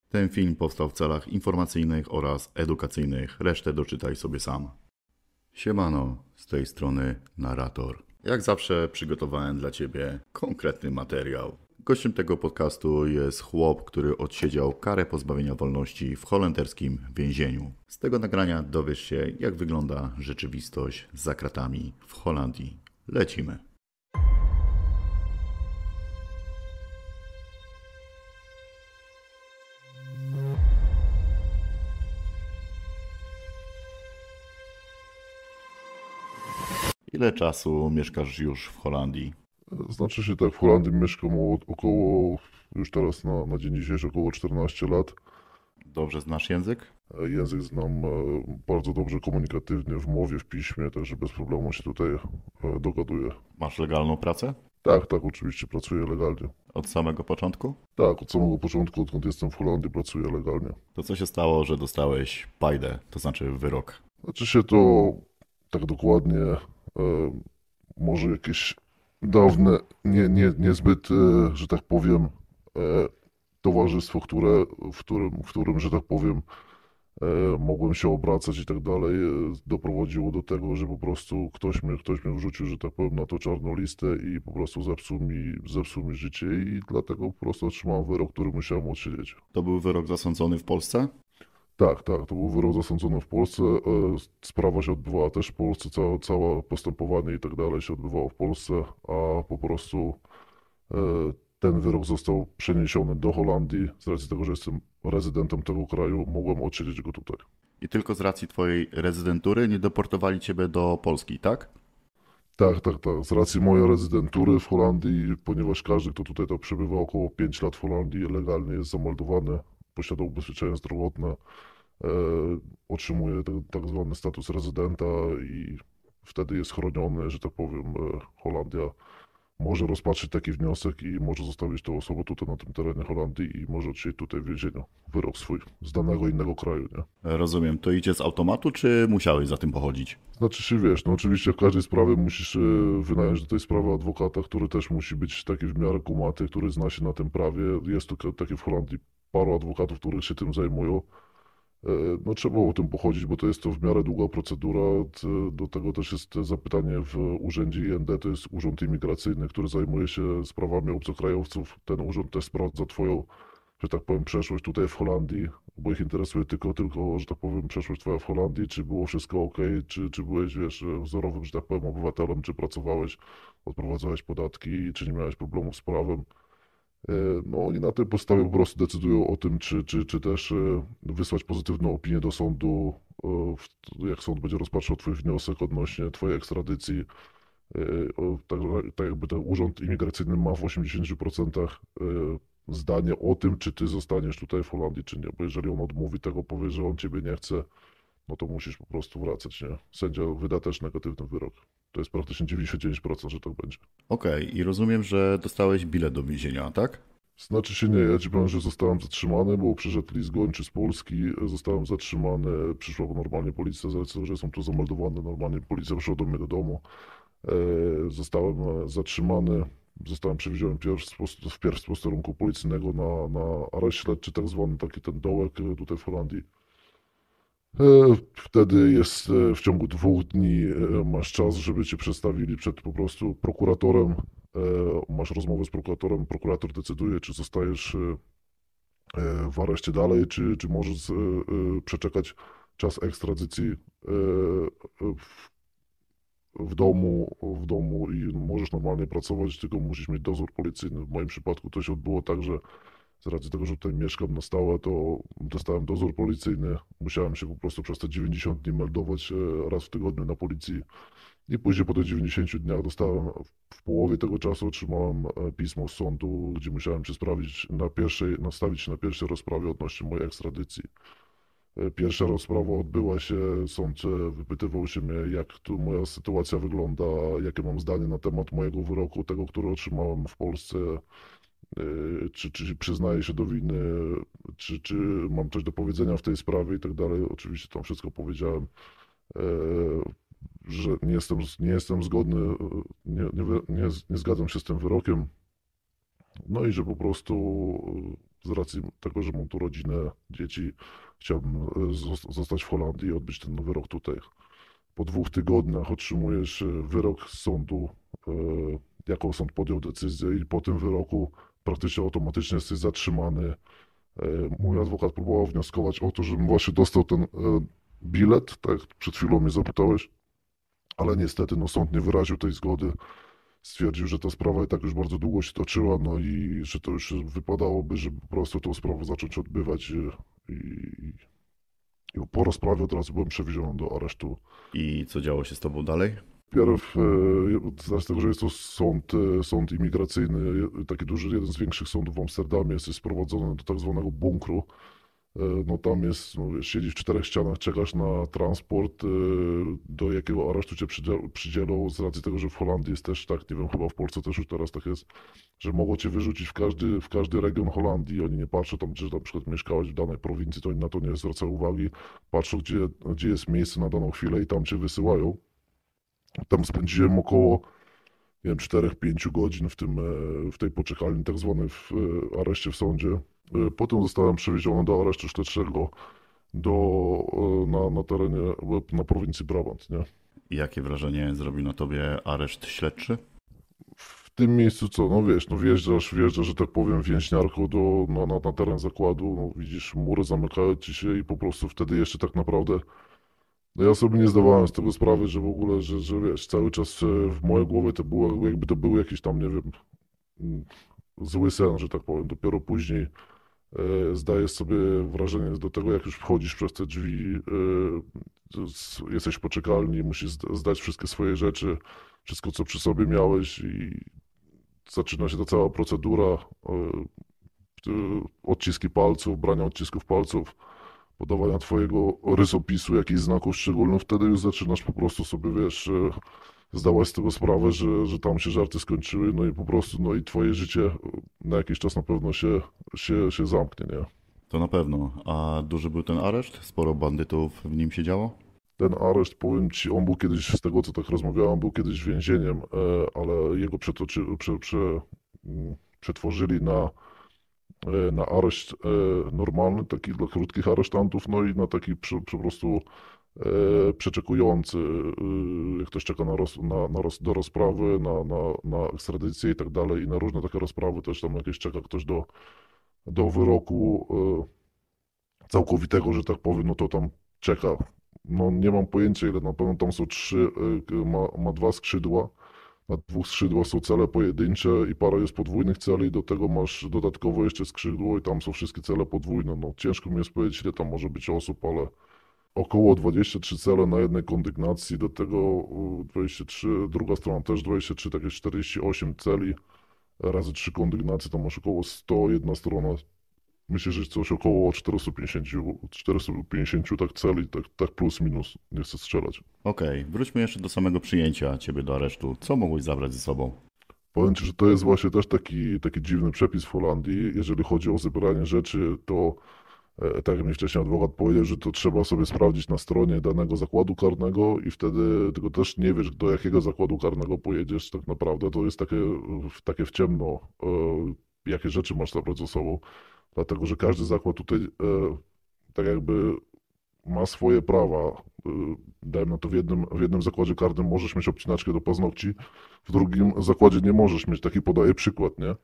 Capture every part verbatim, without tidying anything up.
Ten film powstał w celach informacyjnych oraz edukacyjnych. Resztę doczytaj sobie sam. Siemano, z tej strony narrator. Jak zawsze przygotowałem dla Ciebie konkretny materiał. Gościem tego podcastu jest chłop, który odsiedział karę pozbawienia wolności w holenderskim więzieniu. Z tego nagrania dowiesz się, jak wygląda rzeczywistość za kratami w Holandii. Lecimy. Ile czasu mieszkasz już w Holandii? Znaczy się tak, w Holandii mieszkam od około, już teraz na, na dzień dzisiejszy około czternaście lat. Dobrze znasz język? E, Język znam e, bardzo dobrze komunikatywnie, w mowie, w piśmie, także bez problemu się tutaj e, dogaduję. Masz legalną pracę? Tak, tak, oczywiście pracuję legalnie. Od samego początku? Tak, od samego początku, odkąd jestem w Holandii, pracuję legalnie. To co się stało, że dostałeś pajdę, to znaczy wyrok? Znaczy się to tak dokładnie, e, może jakieś dawne, nie, nie, niezbyt, e, że tak powiem, e, towarzystwo, które, w którym, w którym, że tak powiem, e, mogłem się obracać i tak dalej, e, doprowadziło do tego, że po prostu ktoś mnie, ktoś mnie wrzucił, że tak powiem, na tą czarną listę i po prostu zepsuł mi, zepsuł mi życie i dlatego po prostu otrzymałem wyrok, który musiałem odsiedzieć. To był wyrok zasądzony w Polsce? Tak, tak, to był wyrok zasądzony w Polsce, e, sprawa się odbywała też w Polsce, całe, całe postępowanie i tak dalej się odbywało w Polsce, a po prostu e, ten wyrok został przeniesiony do Holandii. Z racji tego, że jestem rezydentem tego kraju, mogłem odsiedzieć go tutaj. I tylko z racji twojej rezydentury nie deportowali ciebie do Polski, tak? Tak, tak, tak. Z racji mojej rezydentury w Holandii, ponieważ każdy, kto tutaj to przebywa około pięć lat w Holandii, legalnie jest zameldowany, posiada ubezpieczenie zdrowotne, e, otrzymuje tak, tak zwany status rezydenta i wtedy jest chroniony, że tak powiem, e, Holandia może rozpatrzyć taki wniosek i może zostawić tę osobę tutaj na tym terenie Holandii i może odsiedzieć tutaj w więzieniu wyrok swój z danego innego kraju, nie? Rozumiem. To idzie z automatu, czy musiałeś za tym pochodzić? Znaczy się, wiesz, no oczywiście w każdej sprawie musisz e, wynająć do tej sprawy adwokata, który też musi być taki w miarę kumaty, który zna się na tym prawie. Jest tu takie w Holandii paru adwokatów, którzy się tym zajmują. E, No trzeba o tym pochodzić, bo to jest to w miarę długa procedura. T- Do tego też jest zapytanie w urzędzie I N D, to jest urząd imigracyjny, który zajmuje się sprawami obcokrajowców. Ten urząd też sprawdza twoją, że tak powiem, przeszłość tutaj w Holandii, bo ich interesuje tylko, tylko, że tak powiem, przeszłość twoja w Holandii, czy było wszystko ok, czy, czy byłeś, wiesz, wzorowym, że tak powiem, obywatelem, czy pracowałeś, odprowadzałeś podatki, czy nie miałeś problemów z prawem. E, No oni na tej podstawie po prostu decydują o tym, czy, czy, czy też e, wysłać pozytywną opinię do sądu, e, w- jak sąd będzie rozpatrzał twój wniosek odnośnie twojej ekstradycji. E, o, Tak, tak jakby ten urząd imigracyjny ma w osiemdziesięciu procentach e, zdanie o tym, czy ty zostaniesz tutaj w Holandii, czy nie. Bo jeżeli on odmówi tego, powie, że on ciebie nie chce, no to musisz po prostu wracać, nie? Sędzia wyda też negatywny wyrok. To jest praktycznie dziewięćdziesiąt dziewięć procent, że tak będzie. Okej, i rozumiem, że dostałeś bilet do więzienia, tak? Znaczy się nie, ja ci powiem, że zostałem zatrzymany, bo przyszedł list gończy z Polski, zostałem zatrzymany, przyszła normalnie policja, z racji tego, że jestem tu zameldowany, normalnie policja przyszła do mnie do domu. E, Zostałem e, zatrzymany, zostałem przewieziony pierw z post- wpierw z posterunku policyjnego na, na areszt śledczy, tak zwany taki ten dołek e, tutaj w Holandii. E, Wtedy jest e, w ciągu dwóch dni e, masz czas, żeby cię przedstawili przed po prostu prokuratorem. E, Masz rozmowę z prokuratorem, prokurator decyduje, czy zostajesz e, e, w areszcie dalej, czy, czy możesz e, e, przeczekać czas ekstradycji e, e, w, w domu, w domu i możesz normalnie pracować, tylko musisz mieć dozór policyjny. W moim przypadku to się odbyło tak, że z racji tego, że tutaj mieszkam na stałe, to dostałem dozór policyjny. Musiałem się po prostu przez te dziewięćdziesiąt dni meldować e, raz w tygodniu na policji. I później po tych dziewięćdziesięciu dniach dostałem, w połowie tego czasu otrzymałem e, pismo z sądu, gdzie musiałem się sprawić na pierwszej, nastawić się na pierwszej rozprawie odnośnie mojej ekstradycji. E, Pierwsza rozprawa odbyła się, sąd e, wypytywał się mnie, jak tu moja sytuacja wygląda, jakie mam zdanie na temat mojego wyroku, tego, który otrzymałem w Polsce, e, czy, czy przyznaję się do winy, czy, czy mam coś do powiedzenia w tej sprawie i tak dalej. Oczywiście tam wszystko powiedziałem, e, że nie jestem, nie jestem zgodny, e, nie, nie, wy- nie, nie zgadzam się z tym wyrokiem, no i że po prostu z racji tego, że mam tu rodzinę, dzieci, chciałbym e, zos- zostać w Holandii i odbyć ten wyrok tutaj. Po dwóch tygodniach otrzymujesz e, wyrok z sądu, e, jaką sąd podjął decyzję i po tym wyroku praktycznie automatycznie jesteś zatrzymany. E, Mój adwokat próbował wnioskować o to, żebym właśnie dostał ten e, bilet, tak jak przed chwilą mnie zapytałeś, ale niestety no, sąd nie wyraził tej zgody. Stwierdził, że ta sprawa i tak już bardzo długo się toczyła, no i że to już wypadałoby, żeby po prostu tą sprawę zacząć odbywać e, i, i po rozprawie od razu byłem przewieziony do aresztu. I co działo się z tobą dalej? Pierw, e, z racji tego, że jest to sąd, e, sąd imigracyjny, e, taki duży, jeden z większych sądów w Amsterdamie, jesteś sprowadzony do tak zwanego bunkru. E, No tam jest, no wiesz, siedzisz w czterech ścianach, czekasz na transport, e, do jakiego aresztu cię przydziel- przydzielą, z racji tego, że w Holandii jest też tak, nie wiem, chyba w Polsce też już teraz tak jest, że mogą cię wyrzucić w każdy, w każdy region Holandii. Oni nie patrzą tam, że na przykład mieszkałeś w danej prowincji, to oni na to nie zwracają uwagi. Patrzą, gdzie, gdzie jest miejsce na daną chwilę i tam cię wysyłają. Tam spędziłem około, nie wiem, czterech pięciu godzin w tym, e, w tej poczekalni, tak zwanej w e, areszcie w sądzie. E, Potem zostałem przewieziony do aresztu śledczego do, e, na, na terenie, e, na prowincji Brabant, nie? I jakie wrażenie zrobił na tobie areszt śledczy? W tym miejscu co, no wiesz, no wjeżdżasz, wjeżdżasz, że tak powiem, więźniarką do, na, na, na teren zakładu, no widzisz, mury zamykają ci się i po prostu wtedy jeszcze tak naprawdę, no ja sobie nie zdawałem z tego sprawy, że w ogóle, że, że wiesz, cały czas e, w mojej głowie to było, jakby to był jakiś tam, nie wiem, mm, zły sen, że tak powiem. Dopiero później e, zdajesz sobie wrażenie do tego, jak już wchodzisz przez te drzwi, e, z- jesteś w poczekalni, musisz zd- zdać wszystkie swoje rzeczy, wszystko, co przy sobie miałeś i zaczyna się ta cała procedura, e, e, odciski palców, brania odcisków palców, podawania twojego rysopisu, jakichś znaków szczególnych, wtedy już zaczynasz po prostu sobie, wiesz, e, zdawać z tego sprawę, że, że tam się żarty skończyły, no i po prostu, no i twoje życie e, na jakiś czas na pewno się, się, się zamknie, nie? To na pewno. A duży był ten areszt? Sporo bandytów w nim siedziało? Ten areszt, powiem ci, on był kiedyś, z tego co tak rozmawiałem, był kiedyś więzieniem, e, ale jego przetoczy, prze, prze, mm, przetworzyli na, e, na areszt e, normalny, taki dla krótkich aresztantów, no i na taki przy, po prostu e, przeczekujący, e, jak ktoś czeka na, roz, na, na roz, do rozprawy, na, na, na ekstradycję i tak dalej, i na różne takie rozprawy też tam jakieś czeka ktoś do, do wyroku e, całkowitego, że tak powiem, no to tam czeka. No nie mam pojęcia ile, na pewno tam są trzy, e, ma, ma dwa skrzydła, na dwóch skrzydłach są cele pojedyncze i parę jest podwójnych celi, do tego masz dodatkowo jeszcze skrzydło i tam są wszystkie cele podwójne. No ciężko mi jest powiedzieć ile tam może być osób, ale około dwadzieścia trzy cele na jednej kondygnacji, do tego y, dwadzieścia trzy, druga strona też dwadzieścia trzy, takie czterdzieści osiem celi razy trzy kondygnacje, to masz około sto jedna strona. Myślę, że coś około czterysta pięćdziesiąt, czterysta pięćdziesiąt tak celi, tak, tak plus minus, nie chcę strzelać. Okej, wróćmy jeszcze do samego przyjęcia ciebie do aresztu. Co mogłeś zabrać ze sobą? Powiem ci, że to jest właśnie też taki, taki dziwny przepis w Holandii. Jeżeli chodzi o zebranie rzeczy, to e, tak jak mi wcześniej adwokat powiedział, że to trzeba sobie sprawdzić na stronie danego zakładu karnego i wtedy tylko też nie wiesz, do jakiego zakładu karnego pojedziesz tak naprawdę. To jest takie, takie w ciemno, e, jakie rzeczy masz zabrać ze sobą. Dlatego, że każdy zakład tutaj e, tak jakby ma swoje prawa. Y, Dajmy na to w jednym, w jednym zakładzie karnym możesz mieć obcinaczkę do paznokci, w drugim zakładzie nie możesz mieć. Taki podaję przykład, nie? Y,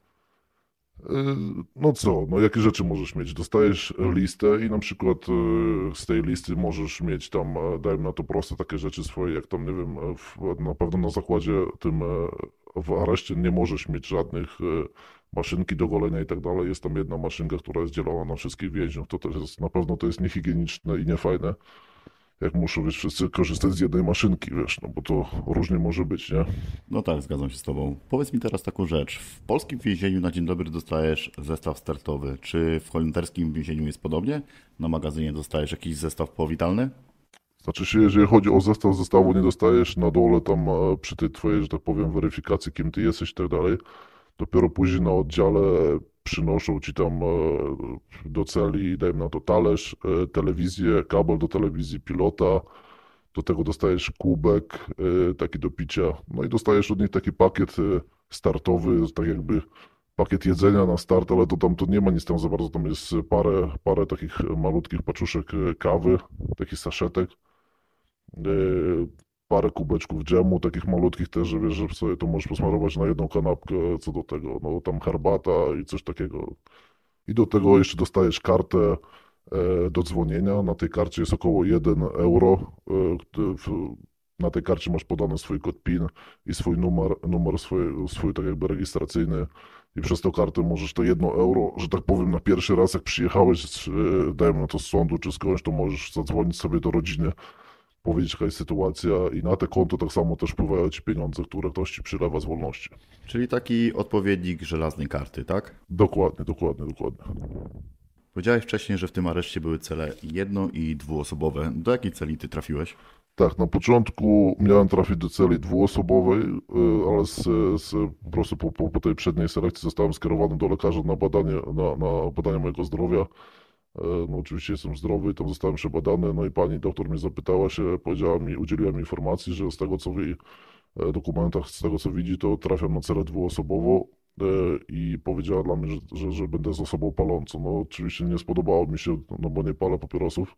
No co, no jakie rzeczy możesz mieć? Dostajesz listę i na przykład y, z tej listy możesz mieć tam, e, dajmy na to proste takie rzeczy swoje, jak tam, nie wiem, e, w, na pewno na zakładzie tym e, w areszcie nie możesz mieć żadnych e, maszynki do golenia i tak dalej. Jest tam jedna maszynka, która jest dzielona na wszystkich więźniów. To też jest, na pewno to jest niehigieniczne i niefajne. Jak muszą, wiesz, wszyscy korzystać z jednej maszynki, wiesz, no bo to różnie może być, nie? No tak, zgadzam się z tobą. Powiedz mi teraz taką rzecz. W polskim więzieniu na dzień dobry dostajesz zestaw startowy. Czy w holenderskim więzieniu jest podobnie? Na magazynie dostajesz jakiś zestaw powitalny? Znaczy się, jeżeli chodzi o zestaw, zestawu nie dostajesz na dole tam e, przy tej twojej, że tak powiem, weryfikacji, kim ty jesteś i tak dalej. Dopiero później na oddziale przynoszą ci tam e, do celi, dajmy na to talerz, e, telewizję, kabel do telewizji, pilota. Do tego dostajesz kubek e, taki do picia. No i dostajesz od nich taki pakiet e, startowy, tak jakby pakiet jedzenia na start, ale to tam to nie ma nic tam za bardzo, tam jest parę, parę takich malutkich paczuszek e, kawy, takich saszetek, e, parę kubeczków dżemu, takich malutkich też, że wiesz, że sobie to możesz posmarować na jedną kanapkę, co do tego, no tam herbata i coś takiego. I do tego jeszcze dostajesz kartę e, do dzwonienia, na tej karcie jest około jeden euro, e, w- na tej karcie masz podany swój kod PIN i swój numer, numer swój, swój tak jakby rejestracyjny i przez tą kartę możesz to jedno euro, że tak powiem, na pierwszy raz jak przyjechałeś, z, e, dajmy na to z sądu czy skądś, to możesz zadzwonić sobie do rodziny, powiedzieć jaka jest sytuacja i na te konto tak samo też wpływają ci pieniądze, które ktoś ci przylewa z wolności. Czyli taki odpowiednik żelaznej karty, tak? Dokładnie, dokładnie, dokładnie. Powiedziałeś wcześniej, że w tym areszcie były cele jedno- i dwuosobowe. Do jakiej celi ty trafiłeś? Tak, na początku miałem trafić do celi dwuosobowej, y, ale z, z, po prostu po, po, po tej przedniej selekcji zostałem skierowany do lekarza na badanie, na, na badanie mojego zdrowia. E, No oczywiście jestem zdrowy i tam zostałem przebadany, no i pani doktor mnie zapytała się, powiedziała mi, udzieliła mi informacji, że z tego co w jej e, dokumentach, z tego co widzi, to trafiam na celę dwuosobową e, i powiedziała dla mnie, że, że, że będę z osobą palącą. No oczywiście nie spodobało mi się, no bo nie palę papierosów.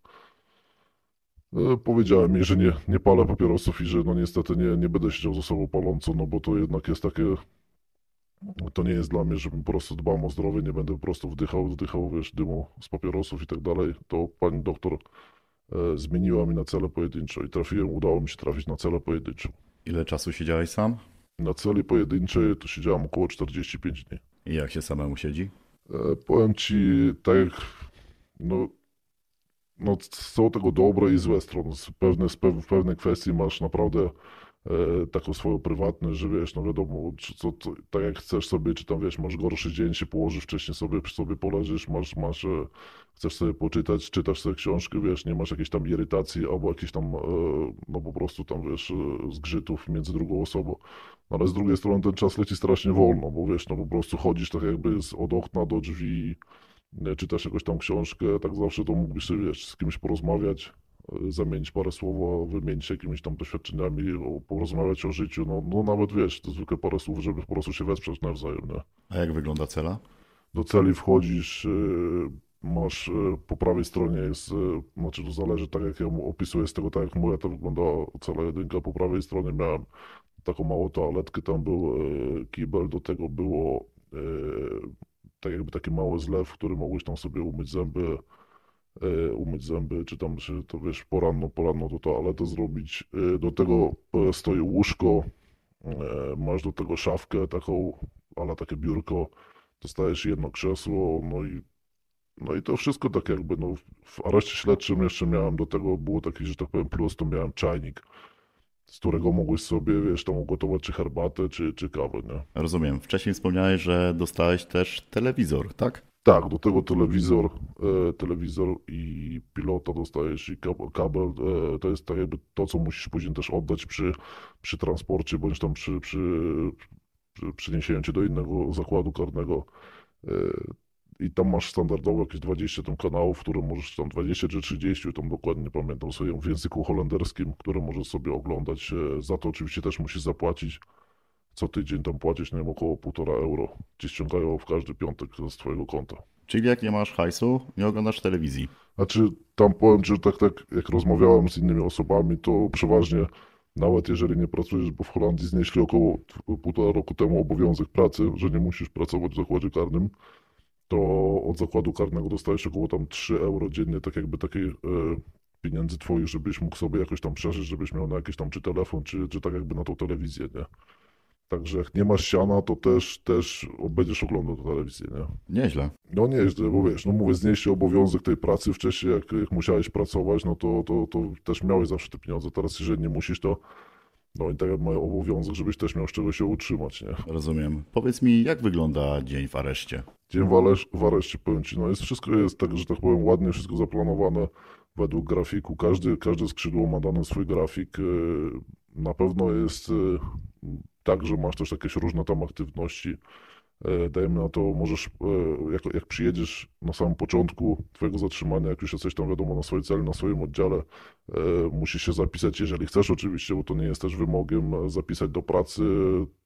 E, Powiedziałem jej, że nie, nie palę papierosów i że no niestety nie, nie będę siedział z osobą palącą, no bo to jednak jest takie, to nie jest dla mnie, żebym po prostu dbał o zdrowie, nie będę po prostu wdychał, wdychał, wiesz, dymu z papierosów i tak dalej. To pani doktor e, zmieniła mi na cele pojedyncze i trafiłem, udało mi się trafić na cele pojedyncze. Ile czasu siedziałeś sam? Na celi pojedynczej to siedziałem około czterdzieści pięć dni. I jak się samemu siedzi? E, powiem ci, tak jak, no, no są tego dobre i złe strony. Z pewne, z pew, w pewnej kwestii masz naprawdę e, taką swoją prywatność, że wiesz, no wiadomo, czy, co, co, tak jak chcesz sobie, czy tam wiesz, masz gorszy dzień, się położysz, wcześniej sobie przy sobie poleżysz, masz, masz, e, chcesz sobie poczytać, czytasz sobie książkę, wiesz, nie masz jakiejś tam irytacji albo jakichś tam, e, no po prostu tam, wiesz, e, zgrzytów między drugą osobą. No, ale z drugiej strony ten czas leci strasznie wolno, bo wiesz, no po prostu chodzisz tak jakby z, od okna do drzwi, e, czytasz jakąś tam książkę, tak zawsze to mógłbyś sobie, wiesz, z kimś porozmawiać, e, zamienić parę słów, wymienić się jakimiś tam doświadczeniami, o, porozmawiać o życiu, no, no nawet wiesz, to zwykle parę słów, żeby po prostu się wesprzeć nawzajem, nie? A jak wygląda cela? Do celi wchodzisz, e, masz e, po prawej stronie jest, e, znaczy to zależy, tak jak ja mu opisuję z tego, tak jak moja to wyglądała cela jedynka, po prawej stronie miałem taką małą toaletkę, tam był e, kibel, do tego było e, tak jakby taki mały zlew, w którym mogłeś tam sobie umyć zęby, e, umyć zęby, czy tam się to wiesz, poranno, poranno do toalety zrobić. E, do tego e, stoi łóżko, e, masz do tego szafkę taką, ale takie biurko, dostajesz jedno krzesło, no i no i to wszystko tak jakby, no w areszcie śledczym jeszcze miałem do tego, było taki, że tak powiem, plus, to miałem czajnik, z którego mogłeś sobie, wiesz, tam ugotować czy herbatę, czy, czy kawę, nie? Rozumiem. Wcześniej wspomniałeś, że dostałeś też telewizor, tak? Tak, do tego telewizor, e, telewizor i pilota dostajesz i kabel, kabel e, to jest tak jakby to, co musisz później też oddać przy, przy transporcie, bądź tam przy, przy, przy przeniesieniu cię do innego zakładu karnego. E, I tam masz standardowo jakieś dwadzieścia tam kanałów, które możesz tam dwadzieścia czy trzydzieści, tam dokładnie nie pamiętam sobie, w języku holenderskim, które możesz sobie oglądać. E, Za to oczywiście też musisz zapłacić. Co tydzień tam płacisz, nie wiem, około półtora euro. Ci ściągają w każdy piątek z twojego konta. Czyli jak nie masz hajsu, nie oglądasz telewizji. Znaczy, tam powiem ci, że tak, tak jak rozmawiałem z innymi osobami, to przeważnie, nawet jeżeli nie pracujesz, bo w Holandii znieśli około półtora roku temu obowiązek pracy, że nie musisz pracować w zakładzie karnym, to od zakładu karnego dostajesz około tam trzy euro dziennie, tak jakby takiej e, pieniędzy twoich, żebyś mógł sobie jakoś tam przeżyć, żebyś miał na jakiś tam czy telefon, czy, czy tak jakby na tą telewizję, nie? Także jak nie masz siana, to też, też będziesz oglądał tę telewizję, nie? Nieźle. No nieźle, bo wiesz, no mówię, znieśli obowiązek tej pracy wcześniej, jak, jak musiałeś pracować, no to, to, to też miałeś zawsze te pieniądze. Teraz jeżeli nie musisz, to no i tak jak mają obowiązek, żebyś też miał z czego się utrzymać, nie? Rozumiem. Powiedz mi, jak wygląda dzień w areszcie? Dzień w, aresz- w areszcie, powiem ci, no jest wszystko jest tak, że tak powiem, ładnie wszystko zaplanowane według grafiku. Każdy, każde skrzydło ma dany swój grafik. Yy, Na pewno jest yy, tak, że masz też jakieś różne tam aktywności. Yy, Dajmy na to, możesz, yy, jak, jak przyjedziesz na samym początku twojego zatrzymania, jak już jesteś tam wiadomo na swojej celi, na swoim oddziale, yy, musisz się zapisać, jeżeli chcesz oczywiście, bo to nie jest też wymogiem, zapisać do pracy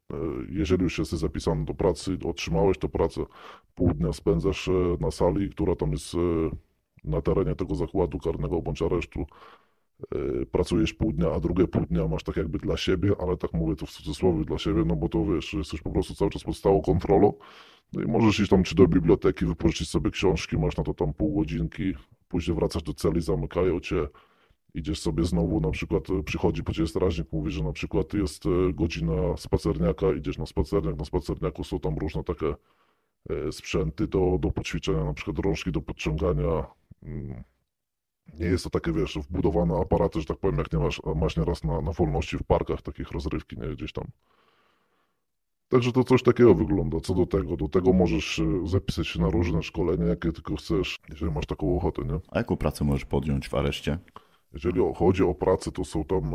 jeżeli już jesteś zapisany do pracy, otrzymałeś tę pracę, pół dnia spędzasz e, na sali, która tam jest e, na terenie tego zakładu karnego bądź aresztu, e, pracujesz pół dnia, a drugie pół dnia masz tak jakby dla siebie, ale tak mówię to w cudzysłowie dla siebie, no bo to wiesz, jesteś po prostu cały czas pod stałą kontrolą, no i możesz iść tam czy do biblioteki, wypożyczyć sobie książki, masz na to tam pół godzinki, później wracasz do celi, zamykają cię, idziesz sobie znowu, na przykład e, przychodzi po ciebie strażnik, mówi, że na przykład jest e, godzina spacerniaka, idziesz na spacerniak, na spacerniaku są tam różne takie e, sprzęty do, do poćwiczenia, na przykład rączki do podciągania. Mm, Nie jest to takie, wiesz, wbudowane aparaty, że tak powiem, jak nie masz, masz nieraz na, na wolności w parkach takich rozrywki, nie, gdzieś tam. Także to coś takiego wygląda. Co do tego, do tego możesz e, zapisać się na różne szkolenia, jakie tylko chcesz, jeżeli masz taką ochotę, nie? A jaką pracę możesz podjąć w areszcie? Jeżeli o- chodzi o pracę, to są tam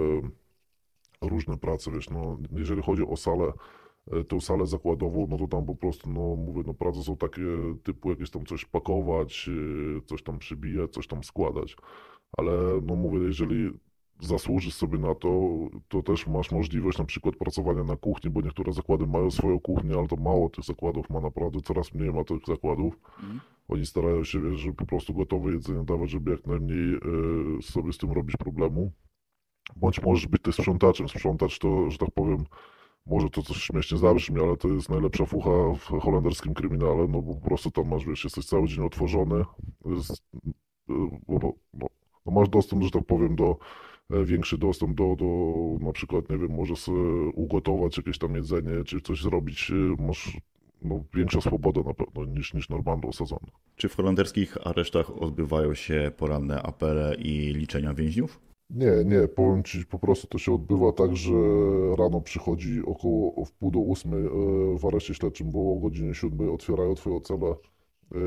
e, różne prace, wiesz, no, jeżeli chodzi o salę, e, tą salę zakładową, no to tam po prostu, no mówię, no prace są takie typu jakieś tam coś pakować, e, coś tam przybijać, coś tam składać, ale no mówię, jeżeli zasłużysz sobie na to, to też masz możliwość na przykład pracowania na kuchni, bo niektóre zakłady mają swoją kuchnię, ale to mało tych zakładów ma naprawdę, coraz mniej ma tych zakładów. Mhm. Oni starają się, wiesz, żeby po prostu gotowe jedzenie dawać, żeby jak najmniej e, sobie z tym robić problemu. Bądź możesz być też sprzątaczem. Sprzątacz to, że tak powiem, może to coś śmiesznie zabrzmi, ale to jest najlepsza fucha w holenderskim kryminale, no bo po prostu tam masz, wiesz, jesteś cały dzień otworzony, jest, e, no, no, no masz dostęp, że tak powiem, do e, większy dostęp do, do na przykład, nie wiem, możesz sobie ugotować jakieś tam jedzenie, czy coś zrobić, e, masz no, większa swoboda na pewno niż, niż normalnie osadzony. Czy w holenderskich aresztach odbywają się poranne apele i liczenia więźniów? Nie, nie, powiem ci, po prostu to się odbywa tak, że rano przychodzi około w pół do ósmej e, w areszcie śledczym, bo o godzinie siódmej otwierają twoją celę. e,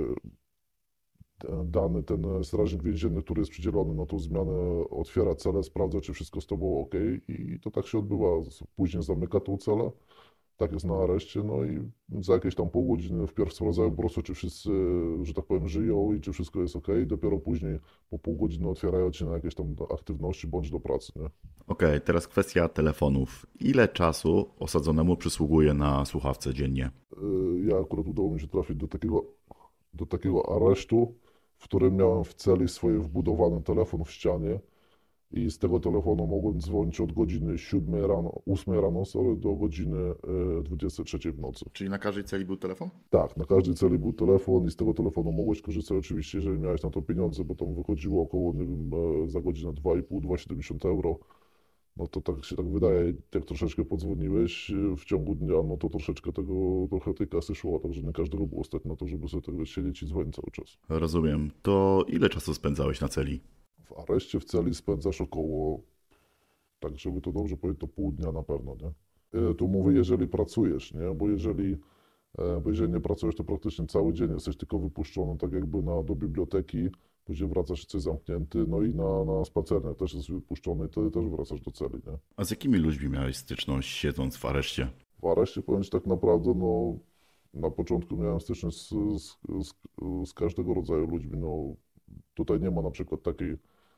Dany ten strażnik więzienny, który jest przydzielony na tą zmianę, otwiera celę, sprawdza, czy wszystko z tobą ok i to tak się odbywa. Później zamyka tą celę, tak jest na areszcie, no i za jakieś tam pół godziny wpierw sprawdzają po prostu, czy wszyscy, że tak powiem, żyją i czy wszystko jest ok. Dopiero później po pół godziny otwierają cię na jakieś tam aktywności bądź do pracy, nie? Okej, teraz kwestia telefonów. Ile czasu osadzonemu przysługuje na słuchawce dziennie? Y, Ja akurat udało mi się trafić do takiego, do takiego aresztu, w którym miałem w celi swoje wbudowany telefon w ścianie i z tego telefonu mogłem dzwonić od godziny siódmej rano, ósmej rano, sorry, do godziny y, dwudziestej trzeciej w nocy. Czyli na każdej celi był telefon? Tak, na każdej celi był telefon i z tego telefonu mogłeś korzystać oczywiście, jeżeli miałeś na to pieniądze, bo tam wychodziło około, nie wiem, e, za godzinę dwa i pół, dwa siedemdziesiąt euro. No to tak się tak wydaje, jak troszeczkę podzwoniłeś e, w ciągu dnia, no to troszeczkę tego, trochę tej kasy szło, także nie każdego było stać na to, żeby sobie tak wiesz, siedzieć i dzwonić cały czas. Rozumiem. To ile czasu spędzałeś na celi? W areszcie w celi spędzasz około, tak żeby to dobrze powiedzieć, to pół dnia na pewno, nie? E, Tu mówię, jeżeli pracujesz, nie? Bo jeżeli E, Bo jeżeli nie pracujesz, to praktycznie cały dzień jesteś tylko wypuszczony tak jakby na, do biblioteki, później wracasz, jesteś zamknięty, no i na, na spacerniak też jesteś wypuszczony i wtedy też wracasz do celi, nie? A z jakimi ludźmi miałeś styczność siedząc w areszcie? W areszcie powiem ci tak naprawdę, no na początku miałem styczność z, z, z, z każdego rodzaju ludźmi, no tutaj nie ma na przykład takiej e,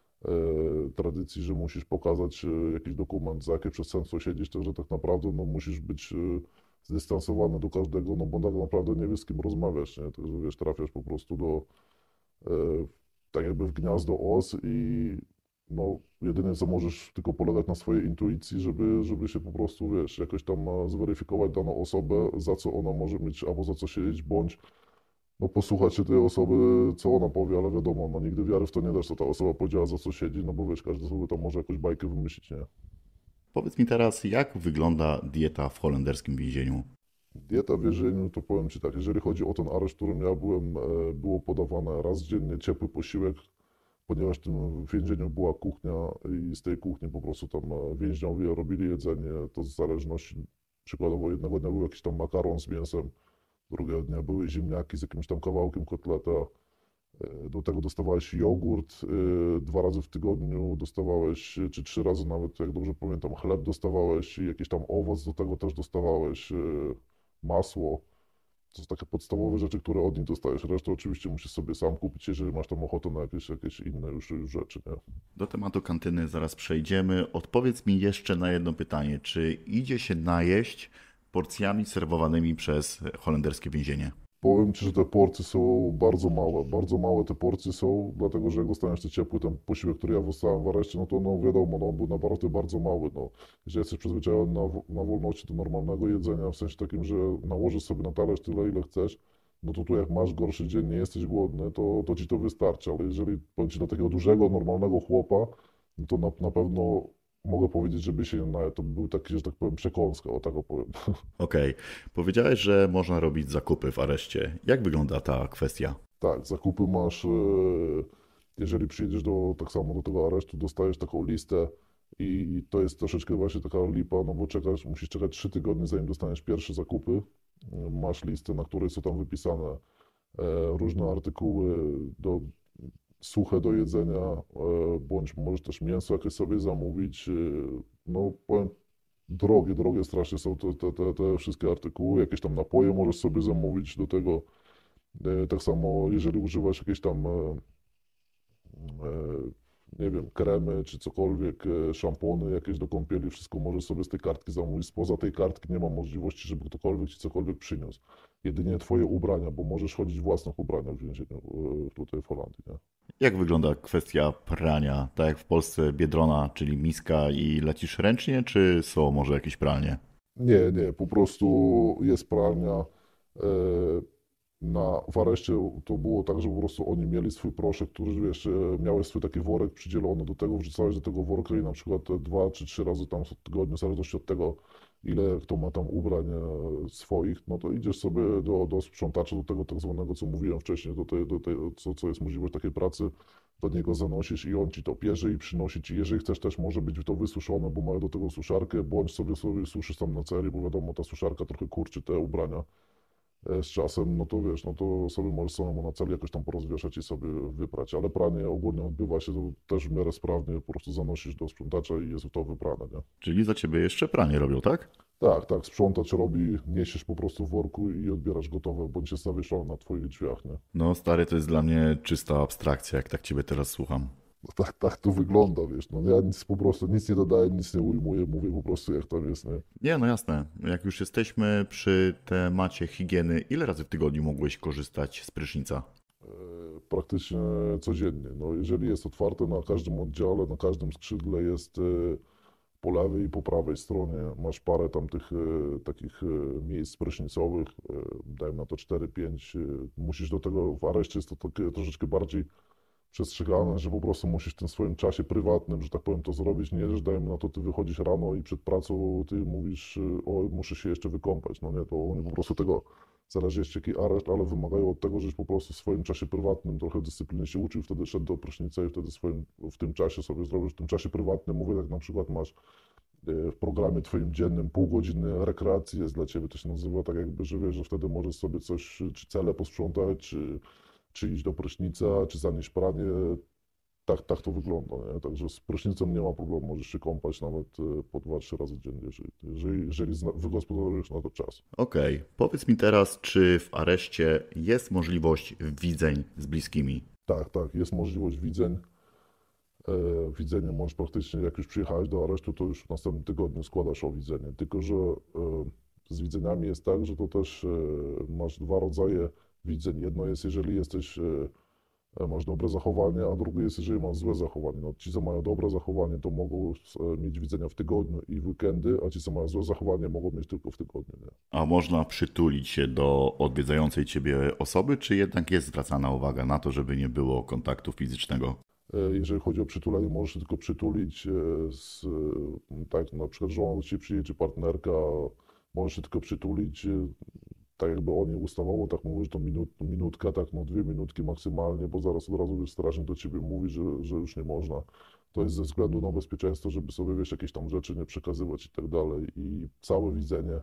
tradycji, że musisz pokazać e, jakiś dokument, za jakie przestępstwo siedzisz, także tak naprawdę no musisz być e, zdystansowany do każdego, no bo tak naprawdę nie wiesz z kim rozmawiasz, nie? Także wiesz, trafiasz po prostu do e, tak jakby w gniazdo os i no jedynie co możesz tylko polegać na swojej intuicji, żeby, żeby się po prostu, wiesz, jakoś tam e, zweryfikować daną osobę, za co ona może mieć, albo za co siedzieć, bądź no posłuchać się tej osoby, co ona powie, ale wiadomo, no nigdy wiary w to nie dasz, co ta osoba powiedziała, za co siedzi, no bo wiesz, każdy sobie tam może jakąś bajkę wymyślić, nie? Powiedz mi teraz, jak wygląda dieta w holenderskim więzieniu? Dieta w więzieniu, to powiem ci tak, jeżeli chodzi o ten areszt, w którym ja byłem, e, było podawane raz dziennie ciepły posiłek, ponieważ w tym więzieniu była kuchnia i z tej kuchni po prostu tam e, więźniowie robili jedzenie, to w zależności, przykładowo jednego dnia był jakiś tam makaron z mięsem, drugiego dnia były ziemniaki z jakimś tam kawałkiem kotleta, e, do tego dostawałeś jogurt, e, dwa razy w tygodniu dostawałeś, e, czy trzy razy nawet, jak dobrze pamiętam, chleb dostawałeś i jakiś tam owoc do tego też dostawałeś, e, masło. To są takie podstawowe rzeczy, które od nich dostajesz. Resztę oczywiście musisz sobie sam kupić, jeżeli masz tam ochotę na jakieś, jakieś inne już, już rzeczy, nie? Do tematu kantyny zaraz przejdziemy. Odpowiedz mi jeszcze na jedno pytanie. Czy idzie się najeść porcjami serwowanymi przez holenderskie więzienie? Powiem Ci, że te porcje są bardzo małe. Bardzo małe te porcje są, dlatego że jak dostaniesz te ciepły ten posiłek, który ja dostałem w areszcie, no to no wiadomo, no, on był naprawdę bardzo mały. No. Jeżeli jesteś przyzwyczajony na, wo- na wolności do normalnego jedzenia, w sensie takim, że nałożysz sobie na talerz tyle, ile chcesz, no to tu jak masz gorszy dzień, nie jesteś głodny, to, to Ci to wystarczy. Ale jeżeli powiem Ci dla takiego dużego, normalnego chłopa, no to na, na pewno mogę powiedzieć, żeby się nie najadł. To by był taki, że tak powiem, przekąska, o tak opowiem. Okej. Powiedziałeś, że można robić zakupy w areszcie. Jak wygląda ta kwestia? Tak, zakupy masz, e, jeżeli przyjedziesz do, tak samo do tego aresztu, dostajesz taką listę i to jest troszeczkę właśnie taka lipa, no bo czekasz, musisz czekać trzy tygodnie, zanim dostaniesz pierwsze zakupy. E, Masz listę, na której są tam wypisane e, różne artykuły do, suche do jedzenia, e, bądź możesz też mięso jakieś sobie zamówić. e, No powiem, drogie, drogie strasznie są te, te, te, te wszystkie artykuły, jakieś tam napoje możesz sobie zamówić do tego. E, Tak samo, jeżeli używasz jakieś tam, e, e, nie wiem, kremy czy cokolwiek, e, szampony jakieś do kąpieli, wszystko możesz sobie z tej kartki zamówić. Spoza tej kartki nie ma możliwości, żeby ktokolwiek ci cokolwiek przyniósł. Jedynie twoje ubrania, bo możesz chodzić w własnych ubraniach w więzieniu e, tutaj w Holandii, nie? Jak wygląda kwestia prania? Tak jak w Polsce biedrona, czyli miska i lecisz ręcznie, czy są może jakieś pralnie? Nie, nie, po prostu jest pralnia. e, Na, w areszcie to było tak, że po prostu oni mieli swój proszek, który, wiesz, e, miałeś swój taki worek przydzielony do tego, wrzucałeś do tego worka i na przykład e, dwa czy trzy razy tam w tygodniu, w zależności od tego, ile kto ma tam ubrań e, swoich, no to idziesz sobie do, do sprzątacza, do tego tak zwanego, co mówiłem wcześniej, do tej, do tej, co, co jest możliwość takiej pracy, do niego zanosisz i on ci to pierze i przynosi ci. Jeżeli chcesz, też może być to wysuszone, bo mają do tego suszarkę, bądź sobie sobie suszysz tam na celi, bo wiadomo, ta suszarka trochę kurczy te ubrania e, z czasem, no to wiesz, no to sobie możesz samemu na celi jakoś tam porozwieszać i sobie wyprać, ale pranie ogólnie odbywa się to też w miarę sprawnie, po prostu zanosisz do sprzątacza i jest to wyprane, nie? Czyli za ciebie jeszcze pranie robią, tak? Tak, tak, sprzątacz robi, niesiesz po prostu w worku i odbierasz gotowe, bądź jest zawieszone na twoich drzwiach, nie? No stary, to jest dla mnie czysta abstrakcja, jak tak ciebie teraz słucham. No tak, tak to wygląda, wiesz, no ja nic po prostu, nic nie dodaję, nic nie ujmuję, mówię po prostu jak tam jest, nie? Nie, no jasne. Jak już jesteśmy przy temacie higieny, ile razy w tygodniu mogłeś korzystać z prysznica? E, Praktycznie codziennie, no jeżeli jest otwarte na każdym oddziale, na każdym skrzydle jest e, po lewej i po prawej stronie masz parę tam tych e, takich e, miejsc prysznicowych, e, dajmy na to cztery pięć. E, musisz do tego, w areszcie jest to takie troszeczkę bardziej przestrzegane, że po prostu musisz w tym swoim czasie prywatnym, że tak powiem, to zrobić. Nie, że dajmy na to, ty wychodzisz rano i przed pracą ty mówisz, e, o, muszę się jeszcze wykąpać. No nie, to oni po prostu tego, zależy jeszcze jaki areszt, ale wymagają od tego, żebyś po prostu w swoim czasie prywatnym trochę dyscypliny się uczył, wtedy szedł do prysznica i wtedy swoim, w tym czasie sobie zrobisz, w tym czasie prywatnym, mówię, jak na przykład masz e, w programie twoim dziennym pół godziny rekreacji jest dla ciebie, to się nazywa tak jakby, że wiesz, że wtedy możesz sobie coś, czy cele posprzątać, czy, czy iść do prysznica, czy zanieść pranie. Tak, tak to wygląda, nie? Także z prysznicem nie ma problemu, możesz się kąpać nawet e, po dwa, trzy razy dziennie, jeżeli, jeżeli, jeżeli zna- wygospodarujesz na to czas. Okej, powiedz mi teraz, czy w areszcie jest możliwość widzeń z bliskimi? Tak, tak, jest możliwość widzeń. E, widzenie możesz praktycznie, jak już przyjechałeś do aresztu, to już w następnym tygodniu składasz o widzenie. Tylko, że e, z widzeniami jest tak, że to też e, masz dwa rodzaje widzeń. Jedno jest, jeżeli jesteś, e, masz dobre zachowanie, a drugie jest, jeżeli masz złe zachowanie. No, ci, co mają dobre zachowanie, to mogą e, mieć widzenia w tygodniu i w weekendy, a ci, co mają złe zachowanie, mogą mieć tylko w tygodniu. Nie? A można przytulić się do odwiedzającej ciebie osoby, czy jednak jest zwracana uwaga na to, żeby nie było kontaktu fizycznego? E, Jeżeli chodzi o przytulenie, możesz się tylko przytulić e, z, e, tak, na przykład żona do ciebie przyjedzie, partnerka, możesz się tylko przytulić, e, tak jakby o niej ustawało, tak mówisz, to minut, minutka, tak, no dwie minutki maksymalnie, bo zaraz od razu wiesz, strażnik do ciebie mówi, że, że już nie można. To jest ze względu na bezpieczeństwo, żeby sobie, wiesz, jakieś tam rzeczy nie przekazywać i tak dalej. I całe widzenie,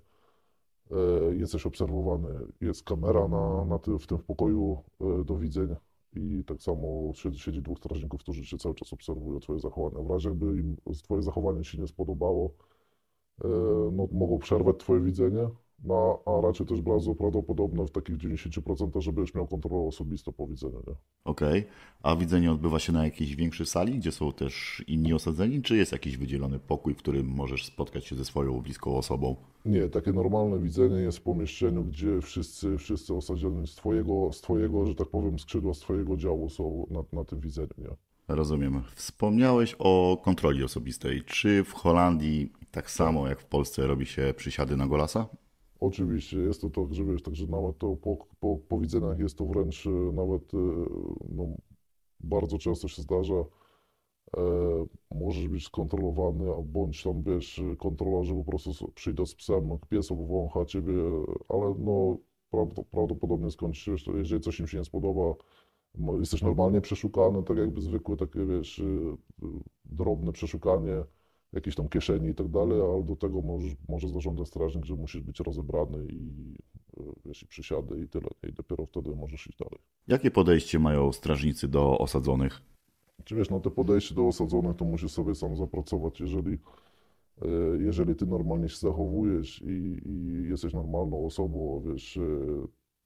e, jesteś obserwowany, jest kamera na, na tym, w tym pokoju e, do widzeń. I tak samo siedzi, siedzi dwóch strażników, którzy cię cały czas obserwują twoje zachowania. W razie, jakby im twoje zachowanie się nie spodobało, e, no, mogą przerwać twoje widzenie, No, a raczej też bardzo prawdopodobne w takich dziewięćdziesięciu procentach, że będziesz miał kontrolę osobistą po widzeniu, nie? Okej. A widzenie odbywa się na jakiejś większej sali, gdzie są też inni osadzeni, czy jest jakiś wydzielony pokój, w którym możesz spotkać się ze swoją bliską osobą? Nie, takie normalne widzenie jest w pomieszczeniu, gdzie wszyscy, wszyscy osadzeni z twojego, z twojego, że tak powiem, skrzydła, z twojego działu są na, na tym widzeniu, nie? Rozumiem. Wspomniałeś o kontroli osobistej. Czy w Holandii tak Tak. samo jak w Polsce robi się przysiady na golasa? Oczywiście jest to tak, że wiesz, także nawet to po, po, po widzeniach jest to wręcz e, nawet, e, no, bardzo często się zdarza, e, możesz być skontrolowany, a bądź tam, wiesz, kontrola, że po prostu s- przyjdą z psem, pies obwącha ciebie, ale no prawd- prawdopodobnie skończy się, wiesz, to jeżeli coś im się nie spodoba, no, jesteś normalnie przeszukany, tak jakby zwykłe takie, wiesz, y, y, drobne przeszukanie jakiejś tam kieszeni i tak dalej, ale do tego możesz, może zażądać strażnik, że musisz być rozebrany i y, wiesz, i przysiady i tyle, i dopiero wtedy możesz iść dalej. Jakie podejście mają strażnicy do osadzonych? Czy wiesz, no te podejście do osadzonych to musisz sobie sam zapracować, jeżeli, y, jeżeli ty normalnie się zachowujesz i, i jesteś normalną osobą, wiesz, y,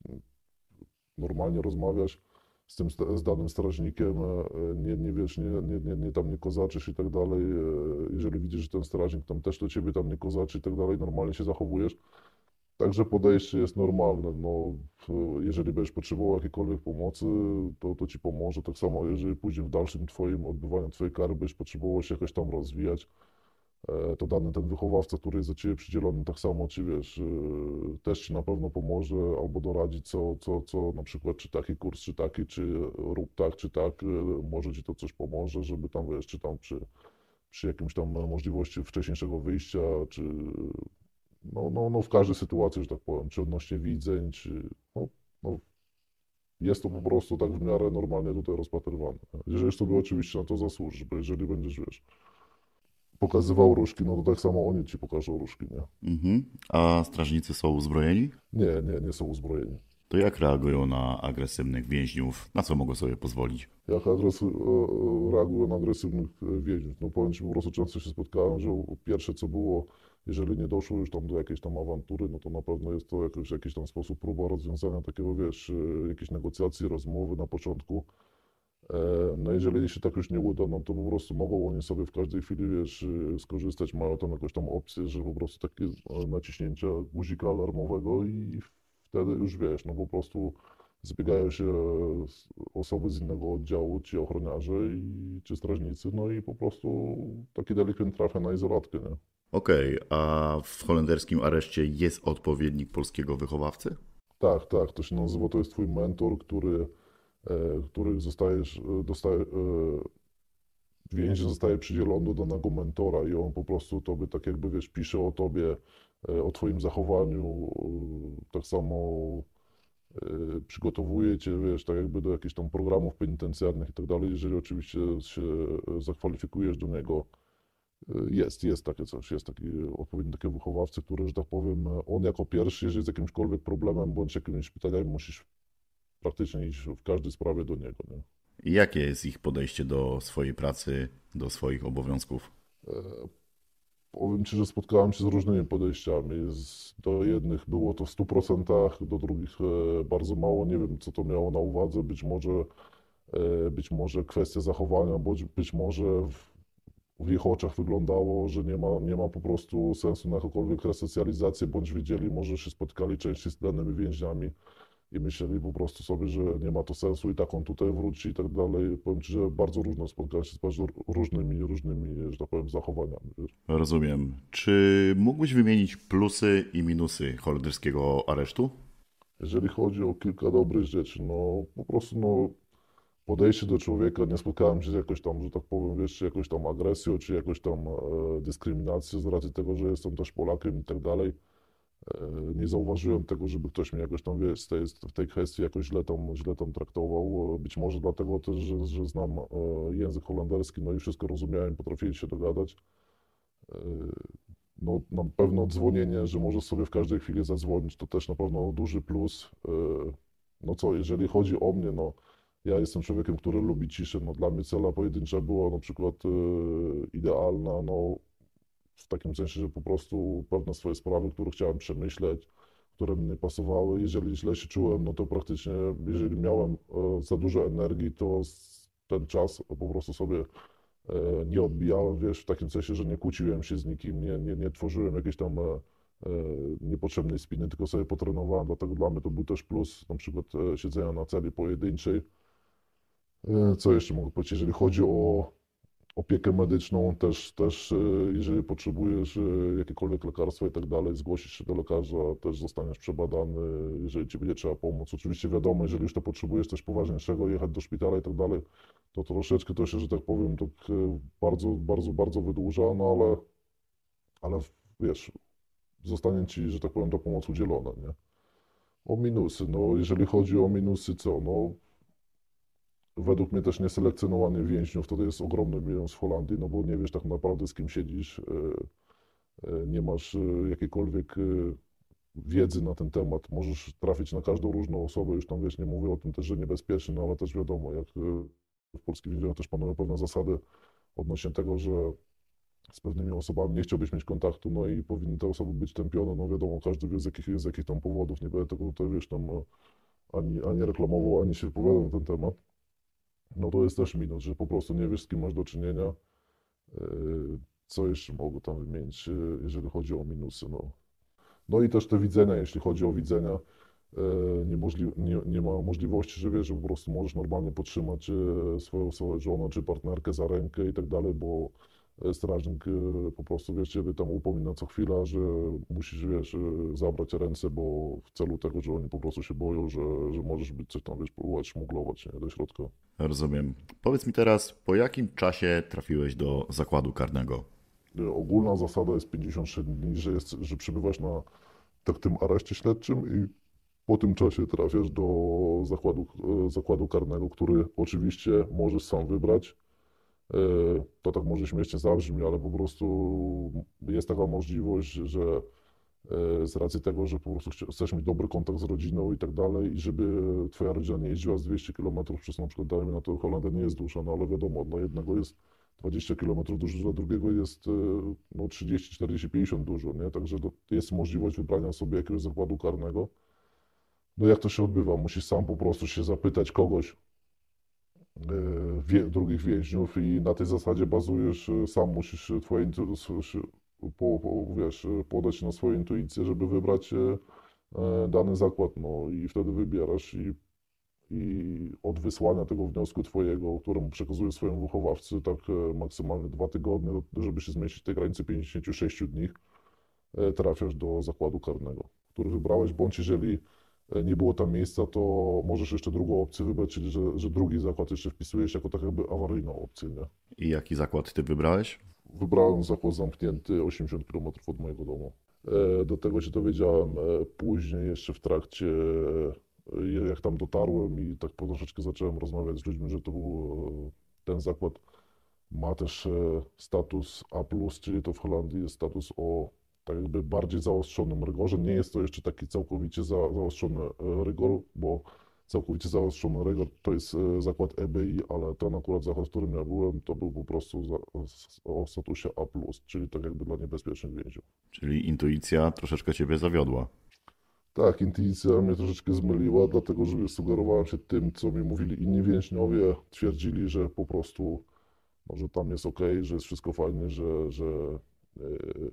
normalnie rozmawiasz z tym, sta- z danym strażnikiem, e, nie, nie wiesz, nie, nie, nie, nie tam nie kozaczysz i tak dalej. e, Jeżeli widzisz, że ten strażnik tam też do ciebie tam nie kozaczy i tak dalej, normalnie się zachowujesz. Także podejście jest normalne. No, w- jeżeli będziesz potrzebował jakiejkolwiek pomocy, to, to ci pomoże. Tak samo, jeżeli później w dalszym twoim odbywaniu twojej kary będziesz potrzebował się jakoś tam rozwijać, e, to dany ten wychowawca, który jest za ciebie przydzielony, tak samo ci wiesz, e, też ci na pewno pomoże albo doradzi, co, co, co na przykład, czy taki kurs, czy taki, czy rób tak, czy tak, e, może ci to coś pomoże, żeby tam wiesz, czy tam przy, przy jakimś tam możliwości wcześniejszego wyjścia, czy no, no, no w każdej sytuacji, że tak powiem, czy odnośnie widzeń, czy no, no jest to po prostu tak w miarę normalnie tutaj rozpatrywane. Jeżeli sobie oczywiście na to zasłużysz, bo jeżeli będziesz, wiesz, pokazywał różki, no to tak samo oni ci pokażą różki, nie? Mhm. A strażnicy są uzbrojeni? Nie, nie, nie są uzbrojeni. To jak reagują na agresywnych więźniów? Na co mogą sobie pozwolić? Jak agresy, e, e, reagują na agresywnych e, więźniów? No powiem ci, po prostu często się spotkałem, że pierwsze co było, jeżeli nie doszło już tam do jakiejś tam awantury, no to na pewno jest to jakiś, jakiś tam sposób próba rozwiązania takiego, wiesz, e, jakiejś negocjacji, rozmowy na początku. E, No jeżeli się tak już nie uda, no to po prostu mogą oni sobie w każdej chwili, wiesz, e, skorzystać, mają tam jakąś tam opcję, że po prostu takie e, naciśnięcia guzika alarmowego i wtedy już wiesz, no po prostu zbiegają się e, s- osoby z innego oddziału, ci ochroniarze i czy strażnicy, no i po prostu taki delikwent trafia na izolatkę, nie? Okej, a w holenderskim areszcie jest odpowiednik polskiego wychowawcy? Tak, tak, to się nazywa, to jest twój mentor, który, e, który zostajesz, e, dostaje, e, więzień zostaje przydzielony do danego mentora i on po prostu tobie tak jakby, wiesz, pisze o tobie, e, o twoim zachowaniu, e, tak samo e, przygotowuje cię, wiesz, tak jakby do jakichś tam programów penitencjarnych i tak dalej, jeżeli oczywiście się e, zakwalifikujesz do niego. E, Jest, jest takie coś, jest taki odpowiedni taki wychowawcy, który, że tak powiem, e, on jako pierwszy, jeżeli z jakimśkolwiek problemem bądź jakimiś pytaniami musisz praktycznie iść w każdej sprawie do niego, nie? I jakie jest ich podejście do swojej pracy, do swoich obowiązków? E, Powiem Ci, że spotkałem się z różnymi podejściami. Z, do jednych było to w stu procentach, do drugich e, bardzo mało. Nie wiem, co to miało na uwadze. Być może, e, być może kwestia zachowania, bądź być może w, w ich oczach wyglądało, że nie ma, nie ma po prostu sensu na jakąkolwiek resocjalizację, bądź wiedzieli, może się spotkali częściej z danymi więźniami i myśleli po prostu sobie, że nie ma to sensu i tak on tutaj wróci i tak dalej. Powiem Ci, że bardzo różno spotkałem się z bardzo różnymi, różnymi, że tak powiem, zachowaniami. Wiesz. Rozumiem. Czy mógłbyś wymienić plusy i minusy holenderskiego aresztu? Jeżeli chodzi o kilka dobrych rzeczy, no po prostu no, podejście do człowieka, nie spotkałem się z jakoś tam, że tak powiem, wiesz, czy jakąś tam agresją, czy jakąś tam e, dyskryminacją z racji tego, że jestem też Polakiem i tak dalej. E, nie zauważyłem tego, żeby ktoś mnie jakoś tam, wiesz, z tej, w tej kwestii jakoś źle tam, źle tam traktował. E, Być może dlatego też, że, że znam e, język holenderski, no i wszystko rozumiałem, potrafiłem się dogadać. E, No, na pewno dzwonienie, że możesz sobie w każdej chwili zadzwonić, to też na pewno duży plus. E, No co, jeżeli chodzi o mnie, no ja jestem człowiekiem, który lubi ciszę. No dla mnie cela pojedyncza była na przykład e, idealna, no w takim sensie, że po prostu pewne swoje sprawy, które chciałem przemyśleć, które mi nie pasowały. Jeżeli źle się czułem, no to praktycznie, jeżeli miałem e, za dużo energii, to s- ten czas po prostu sobie e, nie odbijałem, wiesz, w takim sensie, że nie kłóciłem się z nikim, nie, nie, nie tworzyłem jakiejś tam e, e, niepotrzebnej spiny, tylko sobie potrenowałem, dlatego dla mnie to był też plus, na przykład e, siedzenia na celi pojedynczej. E, Co jeszcze mogę powiedzieć, jeżeli chodzi o opiekę medyczną, też, też e, jeżeli potrzebujesz e, jakiekolwiek lekarstwa i tak dalej, zgłosisz się do lekarza, też zostaniesz przebadany, jeżeli ci będzie trzeba pomóc. Oczywiście wiadomo, jeżeli już to potrzebujesz coś poważniejszego, jechać do szpitala i tak dalej, to troszeczkę to się, że tak powiem, tak e, bardzo, bardzo, bardzo wydłuża, no ale, ale wiesz, zostanie ci, że tak powiem, ta pomoc udzielona, nie? O minusy, no jeżeli chodzi o minusy, co, no według mnie też nieselekcjonowanie więźniów to jest ogromny minus w Holandii, no bo nie wiesz tak naprawdę z kim siedzisz, e, e, nie masz e, jakiejkolwiek e, wiedzy na ten temat, możesz trafić na każdą różną osobę, już tam wiesz, nie mówię o tym też, że niebezpieczny, no ale też wiadomo, jak e, w polskich więzieniach też panują pewne zasady odnośnie tego, że z pewnymi osobami nie chciałbyś mieć kontaktu, no i powinny te osoby być tępione, no wiadomo, każdy wie z jakich, z jakich tam powodów, nie będę tego tutaj, wiesz, tam e, ani, ani reklamował, ani się wypowiadał na ten temat. No to jest też minus, że po prostu nie wiesz, z kim masz do czynienia. Yy, Co jeszcze mogę tam wymienić, yy, jeżeli chodzi o minusy? No, no i też te widzenia, jeśli chodzi o widzenia, yy, niemożli nie, nie ma możliwości, że wiesz, że po prostu możesz normalnie podtrzymać yy, swoją, swoją żonę czy partnerkę za rękę i tak dalej, bo yy, strażnik yy, po prostu, wiesz, ciebie tam upomina co chwila, że musisz, wiesz, yy, zabrać ręce, bo w celu tego, że oni po prostu się boją, że, że możesz być coś tam, wiesz, próbować szmuglować, nie, do środka. Rozumiem. Powiedz mi teraz, po jakim czasie trafiłeś do zakładu karnego? Y, Ogólna zasada jest pięćdziesiąt siedem dni, że, jest, że przebywasz na tak tym areszcie śledczym i po tym czasie trafiasz do zakładu, e, zakładu karnego, który oczywiście możesz sam wybrać. E, To tak może śmiesznie zabrzmi, ale po prostu jest taka możliwość, że e, z racji tego, że po prostu chcia- chcesz mieć dobry kontakt z rodziną i tak dalej i żeby twoja rodzina nie jeździła z dwieście kilometrów, przez na przykład dajmy na to Holandia nie jest duża, no ale wiadomo, dla jednego jest dwadzieścia kilometrów dużo, dla drugiego jest e, no trzydzieści, czterdzieści, pięćdziesiąt dużo, nie? Także to jest możliwość wybrania sobie jakiegoś zakładu karnego. No jak to się odbywa? Musisz sam po prostu się zapytać kogoś, e, wie, drugich więźniów i na tej zasadzie bazujesz, e, sam musisz e, twoje, intu- s- s- po, po, wiesz, e, podać na swoją intuicję, żeby wybrać e, e, dany zakład, no i wtedy wybierasz i, i od wysłania tego wniosku twojego, któremu przekazujesz swojemu wychowawcy, tak e, maksymalnie dwa tygodnie, żeby się zmieścić w tej granicy pięćdziesięciu sześciu dni, e, trafiasz do zakładu karnego, który wybrałeś, bądź jeżeli e, nie było tam miejsca, to możesz jeszcze drugą opcję wybrać, czyli że, że drugi zakład jeszcze wpisujesz jako tak jakby awaryjną opcję, nie? I jaki zakład ty wybrałeś? Wybrałem zakład zamknięty osiemdziesiąt kilometrów od mojego domu. E, Do tego się dowiedziałem e, później, jeszcze w trakcie, e, jak tam dotarłem i tak po troszeczkę zacząłem rozmawiać z ludźmi, że to był, e, ten zakład ma też e, status A plus, czyli to w Holandii jest status o tak jakby bardziej zaostrzonym rygorze. Nie jest to jeszcze taki całkowicie za, zaostrzony e, rygor, bo całkowicie zaostrzony rygor to jest e, zakład E B I, ale ten akurat zakład, w którym ja byłem, to był po prostu za, o statusie A plus, czyli tak jakby dla niebezpiecznych więźniów. Czyli intuicja troszeczkę ciebie zawiodła. Tak, intuicja mnie troszeczkę zmyliła, dlatego że sugerowałem się tym, co mi mówili inni więźniowie. Twierdzili, że po prostu, no, że tam jest ok, że jest wszystko fajnie, że, że, yy,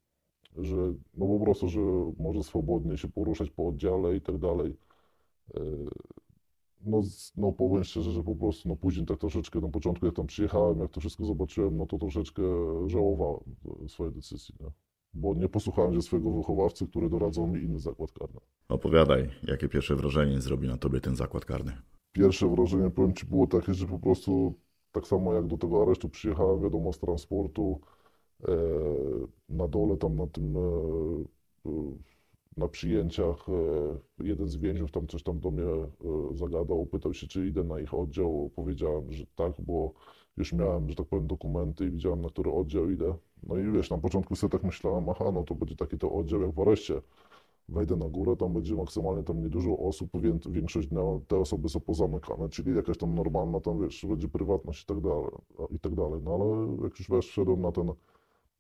że no po prostu, że może swobodnie się poruszać po oddziale i tak dalej. Yy, No, z- no powiem szczerze, że po prostu no później tak troszeczkę na początku jak tam przyjechałem, jak to wszystko zobaczyłem, no to troszeczkę żałowałem e, swojej decyzji, nie? Bo nie posłuchałem się swojego wychowawcy, który doradzał mi inny zakład karny. Opowiadaj, jakie pierwsze wrażenie zrobi na tobie ten zakład karny. Pierwsze wrażenie, powiem Ci, było takie, że po prostu tak samo jak do tego aresztu przyjechałem, wiadomo, z transportu, e, na dole tam na tym, e, e, na przyjęciach, e, jeden z więźniów tam coś tam do mnie e, zagadał, pytał się, czy idę na ich oddział. Powiedziałem, że tak, bo już miałem, że tak powiem, dokumenty i widziałem, na który oddział idę. No i wiesz, na początku sobie tak myślałem, aha, no to będzie taki to oddział jak w areszcie. Wejdę na górę, tam będzie maksymalnie tam niedużo osób, wię- większość dnia te osoby są pozamykane, czyli jakaś tam normalna, tam wiesz, będzie prywatność i tak dalej, i tak dalej. No ale jak już wiesz, wszedłem na ten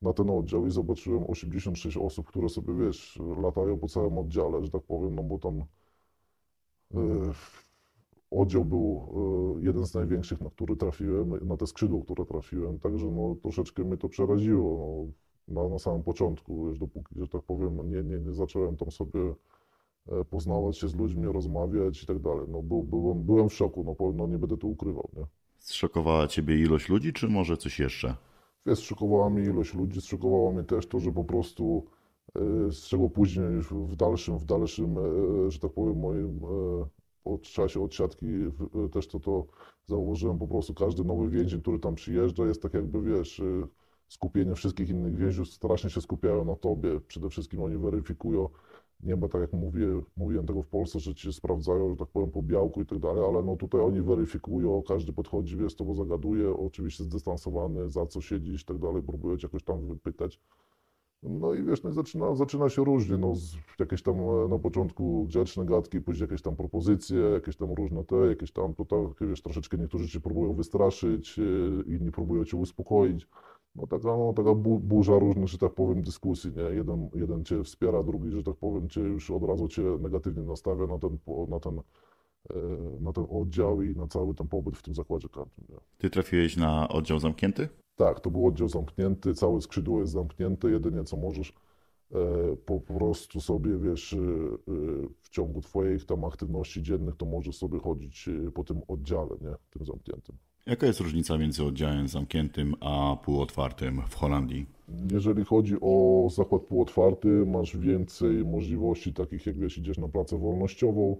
na ten oddział i zobaczyłem osiemdziesiąt sześć osób, które sobie, wiesz, latają po całym oddziale, że tak powiem, no bo tam e, oddział był e, jeden z największych, na który trafiłem, na te skrzydło, które trafiłem, także no troszeczkę mnie to przeraziło, no, na, na samym początku, wiesz, dopóki, że tak powiem, nie, nie, nie zacząłem tam sobie e, poznawać się z ludźmi, rozmawiać i tak dalej. No, był, byłem, byłem w szoku, no, powiem, no nie będę tu ukrywał, nie? Zszokowała ciebie ilość ludzi, czy może coś jeszcze? Wiesz, zszokowała mnie ilość ludzi, zszokowało mnie też to, że po prostu, e, z czego później już w dalszym, w dalszym, e, że tak powiem, moim e, od czasie odsiadki w- e, też to, to zauważyłem, po prostu każdy nowy więzień, który tam przyjeżdża, jest tak jakby, wiesz, e, skupienie wszystkich innych więźniów, strasznie się skupiają na tobie, przede wszystkim oni weryfikują, nie ma tak jak mówię, mówiłem tego w Polsce, że cię sprawdzają, że tak powiem, po białku i tak dalej, ale no tutaj oni weryfikują, każdy podchodzi, wiesz, z tobą zagaduje, oczywiście zdystansowany, za co siedzisz i tak dalej, próbują cię jakoś tam wypytać. No i wiesz, no i zaczyna, zaczyna się różnie, no z, jakieś tam e, na początku grzeczne gadki, później jakieś tam propozycje, jakieś tam różne te, jakieś tam to tak, wiesz, troszeczkę niektórzy cię próbują wystraszyć, e, inni próbują cię uspokoić. No taka, no, taka bu- burza różnych, że tak powiem, dyskusji, nie? Jeden, jeden cię wspiera, drugi, że tak powiem, cię już od razu cię negatywnie nastawia na ten, po- na ten, e, na ten oddział i na cały ten pobyt w tym zakładzie karnym, nie? Ty trafiłeś na oddział zamknięty? Tak, to był oddział zamknięty, całe skrzydło jest zamknięte, jedynie co możesz e, po prostu sobie, wiesz, e, e, w ciągu twoich tam aktywności dziennych, to możesz sobie chodzić e, po tym oddziale, nie, tym zamkniętym. Jaka jest różnica między oddziałem zamkniętym a półotwartym w Holandii? Jeżeli chodzi o zakład półotwarty, masz więcej możliwości takich, jak wiesz, idziesz na pracę wolnościową,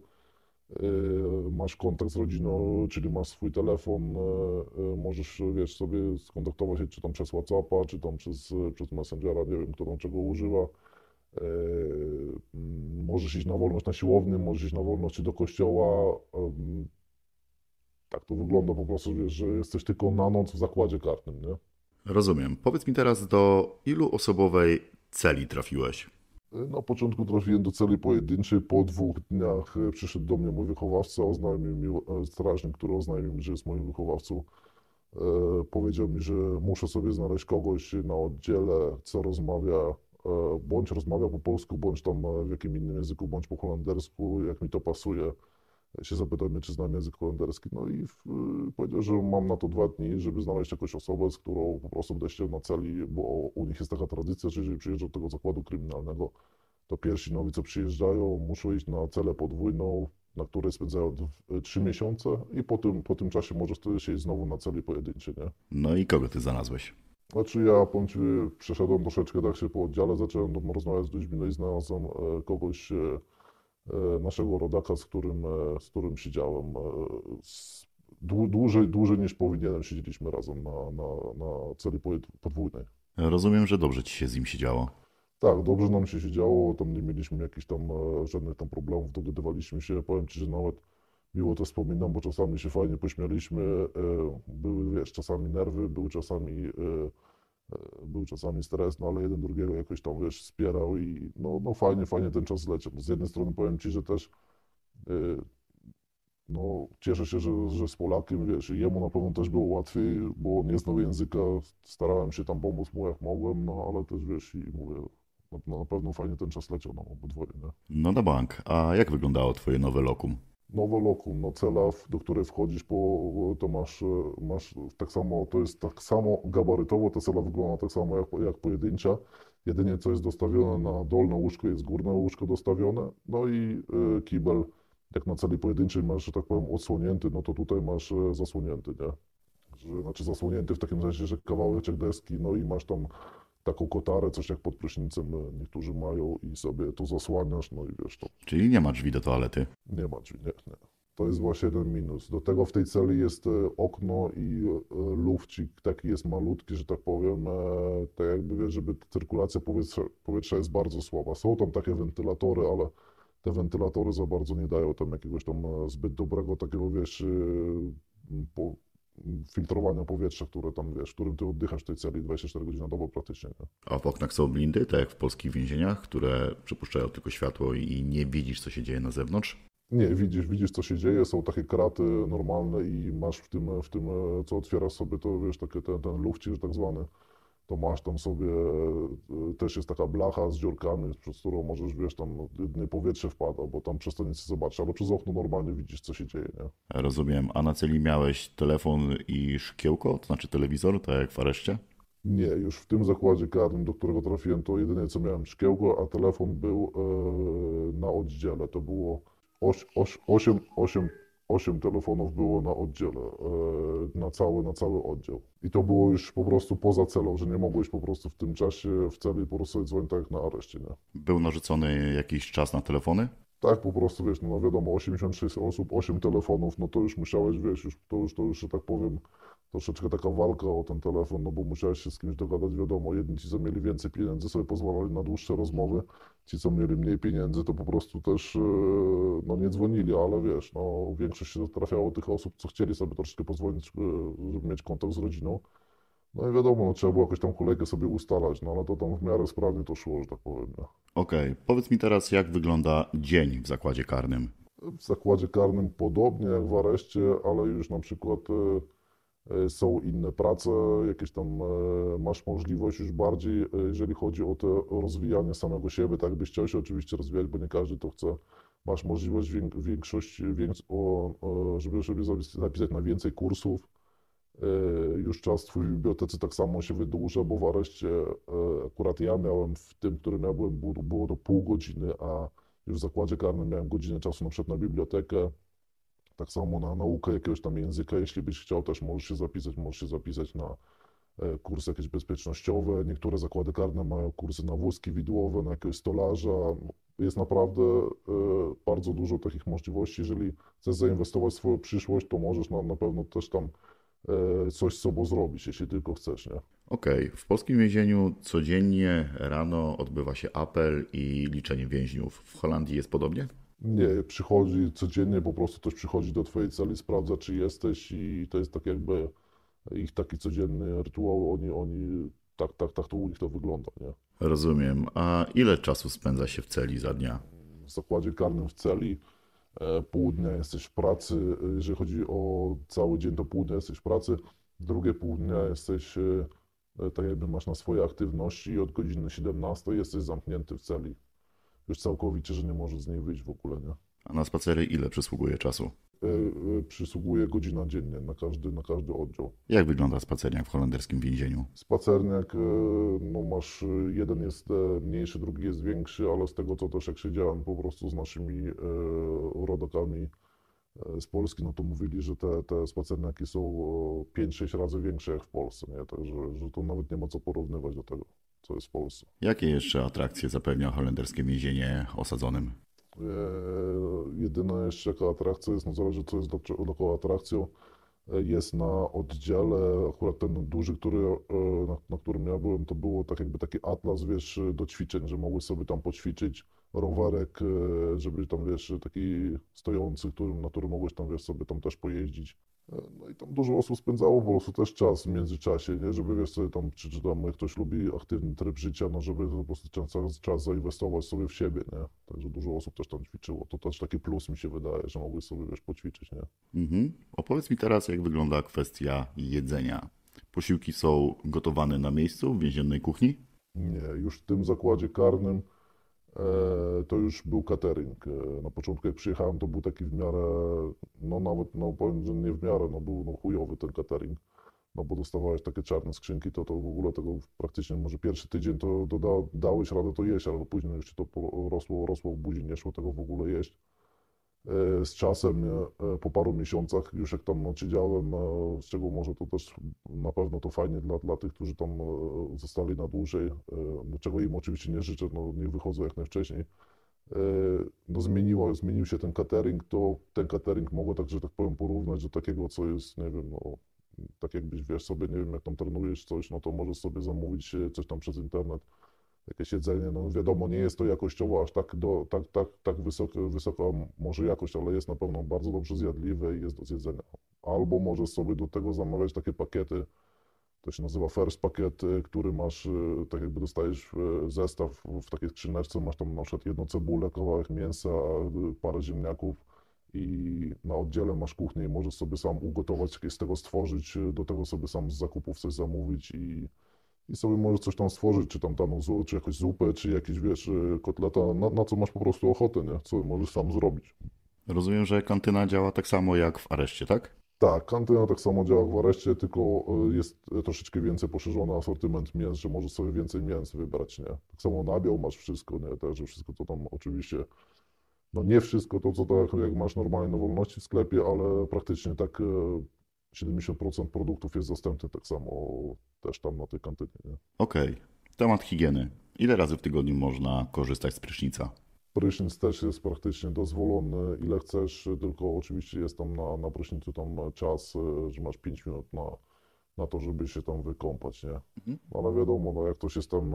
e, masz kontakt z rodziną, czyli masz swój telefon, e, e, możesz, wiesz, sobie skontaktować się czy tam przez WhatsAppa, czy tam przez, przez Messengera, nie wiem, kto tam czego używa. E, mm, Możesz iść na wolność na siłownię, możesz iść na wolność do kościoła. em, Tak to wygląda po prostu, wiesz, że jesteś tylko na noc w zakładzie karnym, nie? Rozumiem. Powiedz mi teraz, do ilu osobowej celi trafiłeś? Na początku trafiłem do celi pojedynczej, po dwóch dniach e, przyszedł do mnie mój wychowawca, oznajmił mi, e, strażnik, który oznajmił mi, że jest moim wychowawcą. E, Powiedział mi, że muszę sobie znaleźć kogoś na oddziale, co rozmawia, e, bądź rozmawia po polsku, bądź tam e, w jakim innym języku, bądź po holendersku, jak mi to pasuje. Się zapytał mnie, czy znam język holenderski, no i w, powiedział, że mam na to dwa dni, żeby znaleźć jakąś osobę, z którą po prostu będę chciał na celi, bo u nich jest taka tradycja, że jeżeli przyjeżdża do tego zakładu kryminalnego, to pierwsi nowi, co przyjeżdżają, muszą iść na celę podwójną, na której spędzają dw- trzy miesiące i po tym, po tym czasie możesz wtedy siedzieć znowu na celi pojedynczej, nie? No i kogo ty znalazłeś? Znaczy ja, powiem ci, przeszedłem troszeczkę tak się po oddziale, zacząłem tam rozmawiać z ludźmi, no i znalazłem e, kogoś, e, e, naszego rodaka, z którym, e, z którym siedziałem. e, z- dłu- Dłużej, dłużej niż powinienem siedzieliśmy razem na, na, na celi pojed- podwójnej. Rozumiem, że dobrze ci się z nim siedziało. Tak, dobrze nam się siedziało, tam nie mieliśmy jakichś tam e, żadnych tam problemów, dogadywaliśmy się. Powiem ci, że nawet miło to wspominam, bo czasami się fajnie pośmialiśmy. e, Były, wiesz, czasami nerwy, były czasami, e, e, był czasami stres, no ale jeden drugiego jakoś tam, wiesz, wspierał i no, no fajnie, fajnie ten czas leciał. Z jednej strony powiem ci, że też e, no, cieszę się, że, że z Polakiem, wiesz, i jemu na pewno też było łatwiej, bo on nie znał języka, starałem się tam pomóc mu jak mogłem, no ale też, wiesz, i mówię, na, na pewno fajnie ten czas leciał na obydwoje, nie? No na bank. A jak wyglądało twoje nowe lokum? Nowe lokum, no cela, w- do której wchodzisz, po, to masz, e, masz tak samo, to jest tak samo gabarytowo, ta cela wygląda tak samo jak, jak pojedyncza, jedynie co jest dostawione na dolne łóżko jest górne łóżko dostawione, no i e, kibel, jak na celi pojedynczej masz, że tak powiem, odsłonięty, no to tutaj masz e, zasłonięty, nie? Że, znaczy zasłonięty w takim sensie, że kawałeczek deski, no i masz tam taką kotarę, coś jak pod prysznicem e, niektórzy mają i sobie to zasłaniasz, no i wiesz, to Czyli nie ma drzwi do toalety. nie ma drzwi, nie, nie. To jest właśnie jeden minus. Do tego w tej celi jest e, okno i e, lufcik taki jest malutki, że tak powiem, e, tak jakby wiesz, żeby cyrkulacja powietrza, powietrza jest bardzo słaba. Są tam takie wentylatory, ale te wentylatory za bardzo nie dają tam jakiegoś tam e, zbyt dobrego takiego, wiesz, e, po, filtrowania powietrza, które tam, wiesz, którym ty oddychasz w tej celi dwadzieścia cztery godziny na dobę praktycznie, nie? A w oknach są blindy, tak jak w polskich więzieniach, które przypuszczają tylko światło i nie widzisz, co się dzieje na zewnątrz? Nie, widzisz, widzisz co się dzieje, są takie kraty normalne i masz w tym, w tym, e, co otwierasz sobie, to wiesz, takie ten, ten lufcik, że tak zwany, to masz tam sobie, e, też jest taka blacha z dziurkami, przez którą możesz, wiesz, tam no, jedynie powietrze wpada, bo tam przez to nic nie zobaczysz, ale przez okno normalnie widzisz, co się dzieje, nie? Rozumiem. A na celi miałeś telefon i szkiełko, to znaczy telewizor, tak jak w areszcie? Nie, już w tym zakładzie karnym, do którego trafiłem, to jedynie co miałem szkiełko, a telefon był e, na oddziale. To było oś, oś, osiem, osiem, osiem telefonów było na oddziale, e, na cały, na cały oddział. I to było już po prostu poza celą, że nie mogłeś po prostu w tym czasie w celi po prostu sobie dzwonić tak jak na areszcie, nie? Był narzucony jakiś czas na telefony? Tak po prostu, wiesz, no, no wiadomo, osiemdziesiąt sześć osób, osiem telefonów, no to już musiałeś, wiesz, już, to już, to już, że tak powiem, troszeczkę taka walka o ten telefon, no bo musiałeś się z kimś dogadać, wiadomo, jedni ci, co mieli więcej pieniędzy, sobie pozwalali na dłuższe rozmowy, ci, co mieli mniej pieniędzy, to po prostu też, e, no nie dzwonili, ale wiesz, no większość się trafiało tych osób, co chcieli sobie troszeczkę pozwolić, e, żeby mieć kontakt z rodziną. No i wiadomo, no, trzeba było jakoś tam kolejkę sobie ustalać, no ale to tam w miarę sprawnie to szło, że tak powiem, nie? Okej, powiedz mi teraz, jak wygląda dzień w zakładzie karnym? W zakładzie karnym podobnie jak w areszcie, ale już na przykład e, e, są inne prace, jakieś tam e, masz możliwość już bardziej, e, jeżeli chodzi o to rozwijanie samego siebie, tak byś chciał się oczywiście rozwijać, bo nie każdy to chce. Masz możliwość wiek- większość, więks, o, o, żeby, żeby zapis- zapisać na więcej kursów. E, Już czas twój w bibliotece tak samo się wydłuża, bo w areszcie e, akurat ja miałem w tym, którym ja byłem, było, było to pół godziny, a już w zakładzie karnym miałem godzinę czasu na przykład na bibliotekę, tak samo na naukę jakiegoś tam języka, jeśli byś chciał, też możesz się zapisać, możesz się zapisać na e, kursy jakieś bezpiecznościowe, niektóre zakłady karne mają kursy na wózki widłowe, na jakiegoś stolarza. Jest naprawdę e, bardzo dużo takich możliwości, jeżeli chcesz zainwestować w swoją przyszłość, to możesz na, na pewno też tam e, coś z sobą zrobić, jeśli tylko chcesz, nie? Okej, w polskim więzieniu codziennie rano odbywa się apel i liczenie więźniów. W Holandii jest podobnie? Nie, przychodzi codziennie, po prostu ktoś przychodzi do twojej celi, sprawdza, czy jesteś i to jest tak jakby ich taki codzienny rytuał, oni, oni, tak, tak, tak to u nich to wygląda, nie? Rozumiem. A ile czasu spędza się w celi za dnia? W zakładzie karnym w celi e, pół dnia jesteś w pracy, e, jeżeli chodzi o cały dzień, to pół dnia jesteś w pracy, drugie pół dnia jesteś, e, e, tak jakby masz na swoje aktywności i od godziny siedemnastej jesteś zamknięty w celi. Już całkowicie, że nie możesz z niej wyjść w ogóle, nie? A na spacery ile przysługuje czasu? E, e, Przysługuje godzina dziennie na każdy, na każdy oddział. Jak wygląda spacerniak w holenderskim więzieniu? Spacerniak, e, no masz, e, jeden jest e, mniejszy, drugi jest większy, ale z tego co też jak siedziałem po prostu z naszymi e, rodakami e, z Polski, no to mówili, że te, te spacerniaki są pięć sześć razy większe jak w Polsce, nie? Także, że to nawet nie ma co porównywać do tego, co jest w Polsce. Jakie jeszcze atrakcje zapewnia holenderskie więzienie osadzonym? E, Jedyna jeszcze jaka atrakcja jest, no zależy co jest do, dookoła atrakcją, e, jest na oddziale, akurat ten duży, który, e, na, na którym ja byłem, to było tak jakby taki atlas, wiesz, do ćwiczeń, że mogłeś sobie tam poćwiczyć, rowerek, e, żeby tam, wiesz, taki stojący, którym, na którym mogłeś tam, wiesz, sobie tam też pojeździć. E, No i tam dużo osób spędzało po prostu też czas w międzyczasie, nie? Żeby wiesz sobie tam, czy, czy tam jak ktoś lubi aktywny tryb życia, no żeby po prostu czas, czas zainwestować sobie w siebie, nie? Także dużo osób też tam ćwiczyło. To też taki plus mi się wydaje, że mogłeś sobie wiesz poćwiczyć, nie? Mhm. Opowiedz mi teraz, jak wygląda kwestia jedzenia. Posiłki są gotowane na miejscu w więziennej kuchni? Nie, już w tym zakładzie karnym e, to już był catering. E, na początku jak przyjechałem, to był taki w miarę, no nawet, no powiem, że nie w miarę, no był no, chujowy ten catering. No bo dostawałeś takie czarne skrzynki, to to w ogóle tego praktycznie może pierwszy tydzień to, to da, dałeś radę to jeść, ale później już ci to po- rosło, rosło w buzi, nie szło tego w ogóle jeść. E, Z czasem, nie, e, po paru miesiącach, już jak tam no, siedziałem, e, z czego może to też na pewno to fajnie dla, dla tych, którzy tam e, zostali na dłużej, e, no, czego im oczywiście nie życzę, no niech wychodzą jak najwcześniej. E, No zmieniło, zmienił się ten catering, to ten catering mogę tak, że tak powiem porównać do takiego, co jest, nie wiem, no tak jakbyś wiesz sobie, nie wiem, jak tam trenujesz coś, no to możesz sobie zamówić e, coś tam przez internet, jakieś jedzenie. No wiadomo, nie jest to jakościowo aż tak, do, tak, tak, tak wysoka, wysoka może jakość, ale jest na pewno bardzo dobrze zjadliwe i jest do zjedzenia. Albo możesz sobie do tego zamawiać takie pakiety, to się nazywa first pakiet, y, który masz, y, tak jakby dostajesz y, zestaw w takiej skrzyneczce, masz tam na przykład jedną cebulę, kawałek mięsa, y, parę ziemniaków i na oddziale masz kuchnię i możesz sobie sam ugotować, jakieś z tego stworzyć, y, do tego sobie sam z zakupów coś zamówić i, i sobie możesz coś tam stworzyć, czy tam daną, zu- czy jakąś zupę, czy jakieś, wiesz, y, kotleta, na, na co masz po prostu ochotę, nie? Co możesz sam zrobić. Rozumiem, że kantyna działa tak samo jak w areszcie, tak? Tak, kantyna tak samo działa w areszcie, tylko y, jest troszeczkę więcej poszerzony asortyment mięs, że możesz sobie więcej mięs wybrać, nie? Tak samo nabiał masz wszystko, nie? Także wszystko to tam oczywiście, no nie wszystko to, co tak jak masz normalnie na wolności w sklepie, ale praktycznie tak y, siedemdziesiąt procent produktów jest dostępnych tak samo też tam na tej kantynie, nie? Okej. Temat higieny. Ile razy w tygodniu można korzystać z prysznica? Prysznic też jest praktycznie dozwolony, ile chcesz, tylko oczywiście jest tam na, na prysznicu tam czas, y, że masz pięć minut na, na to, żeby się tam wykąpać, nie? Mhm. Ale wiadomo, no jak ktoś jest tam e,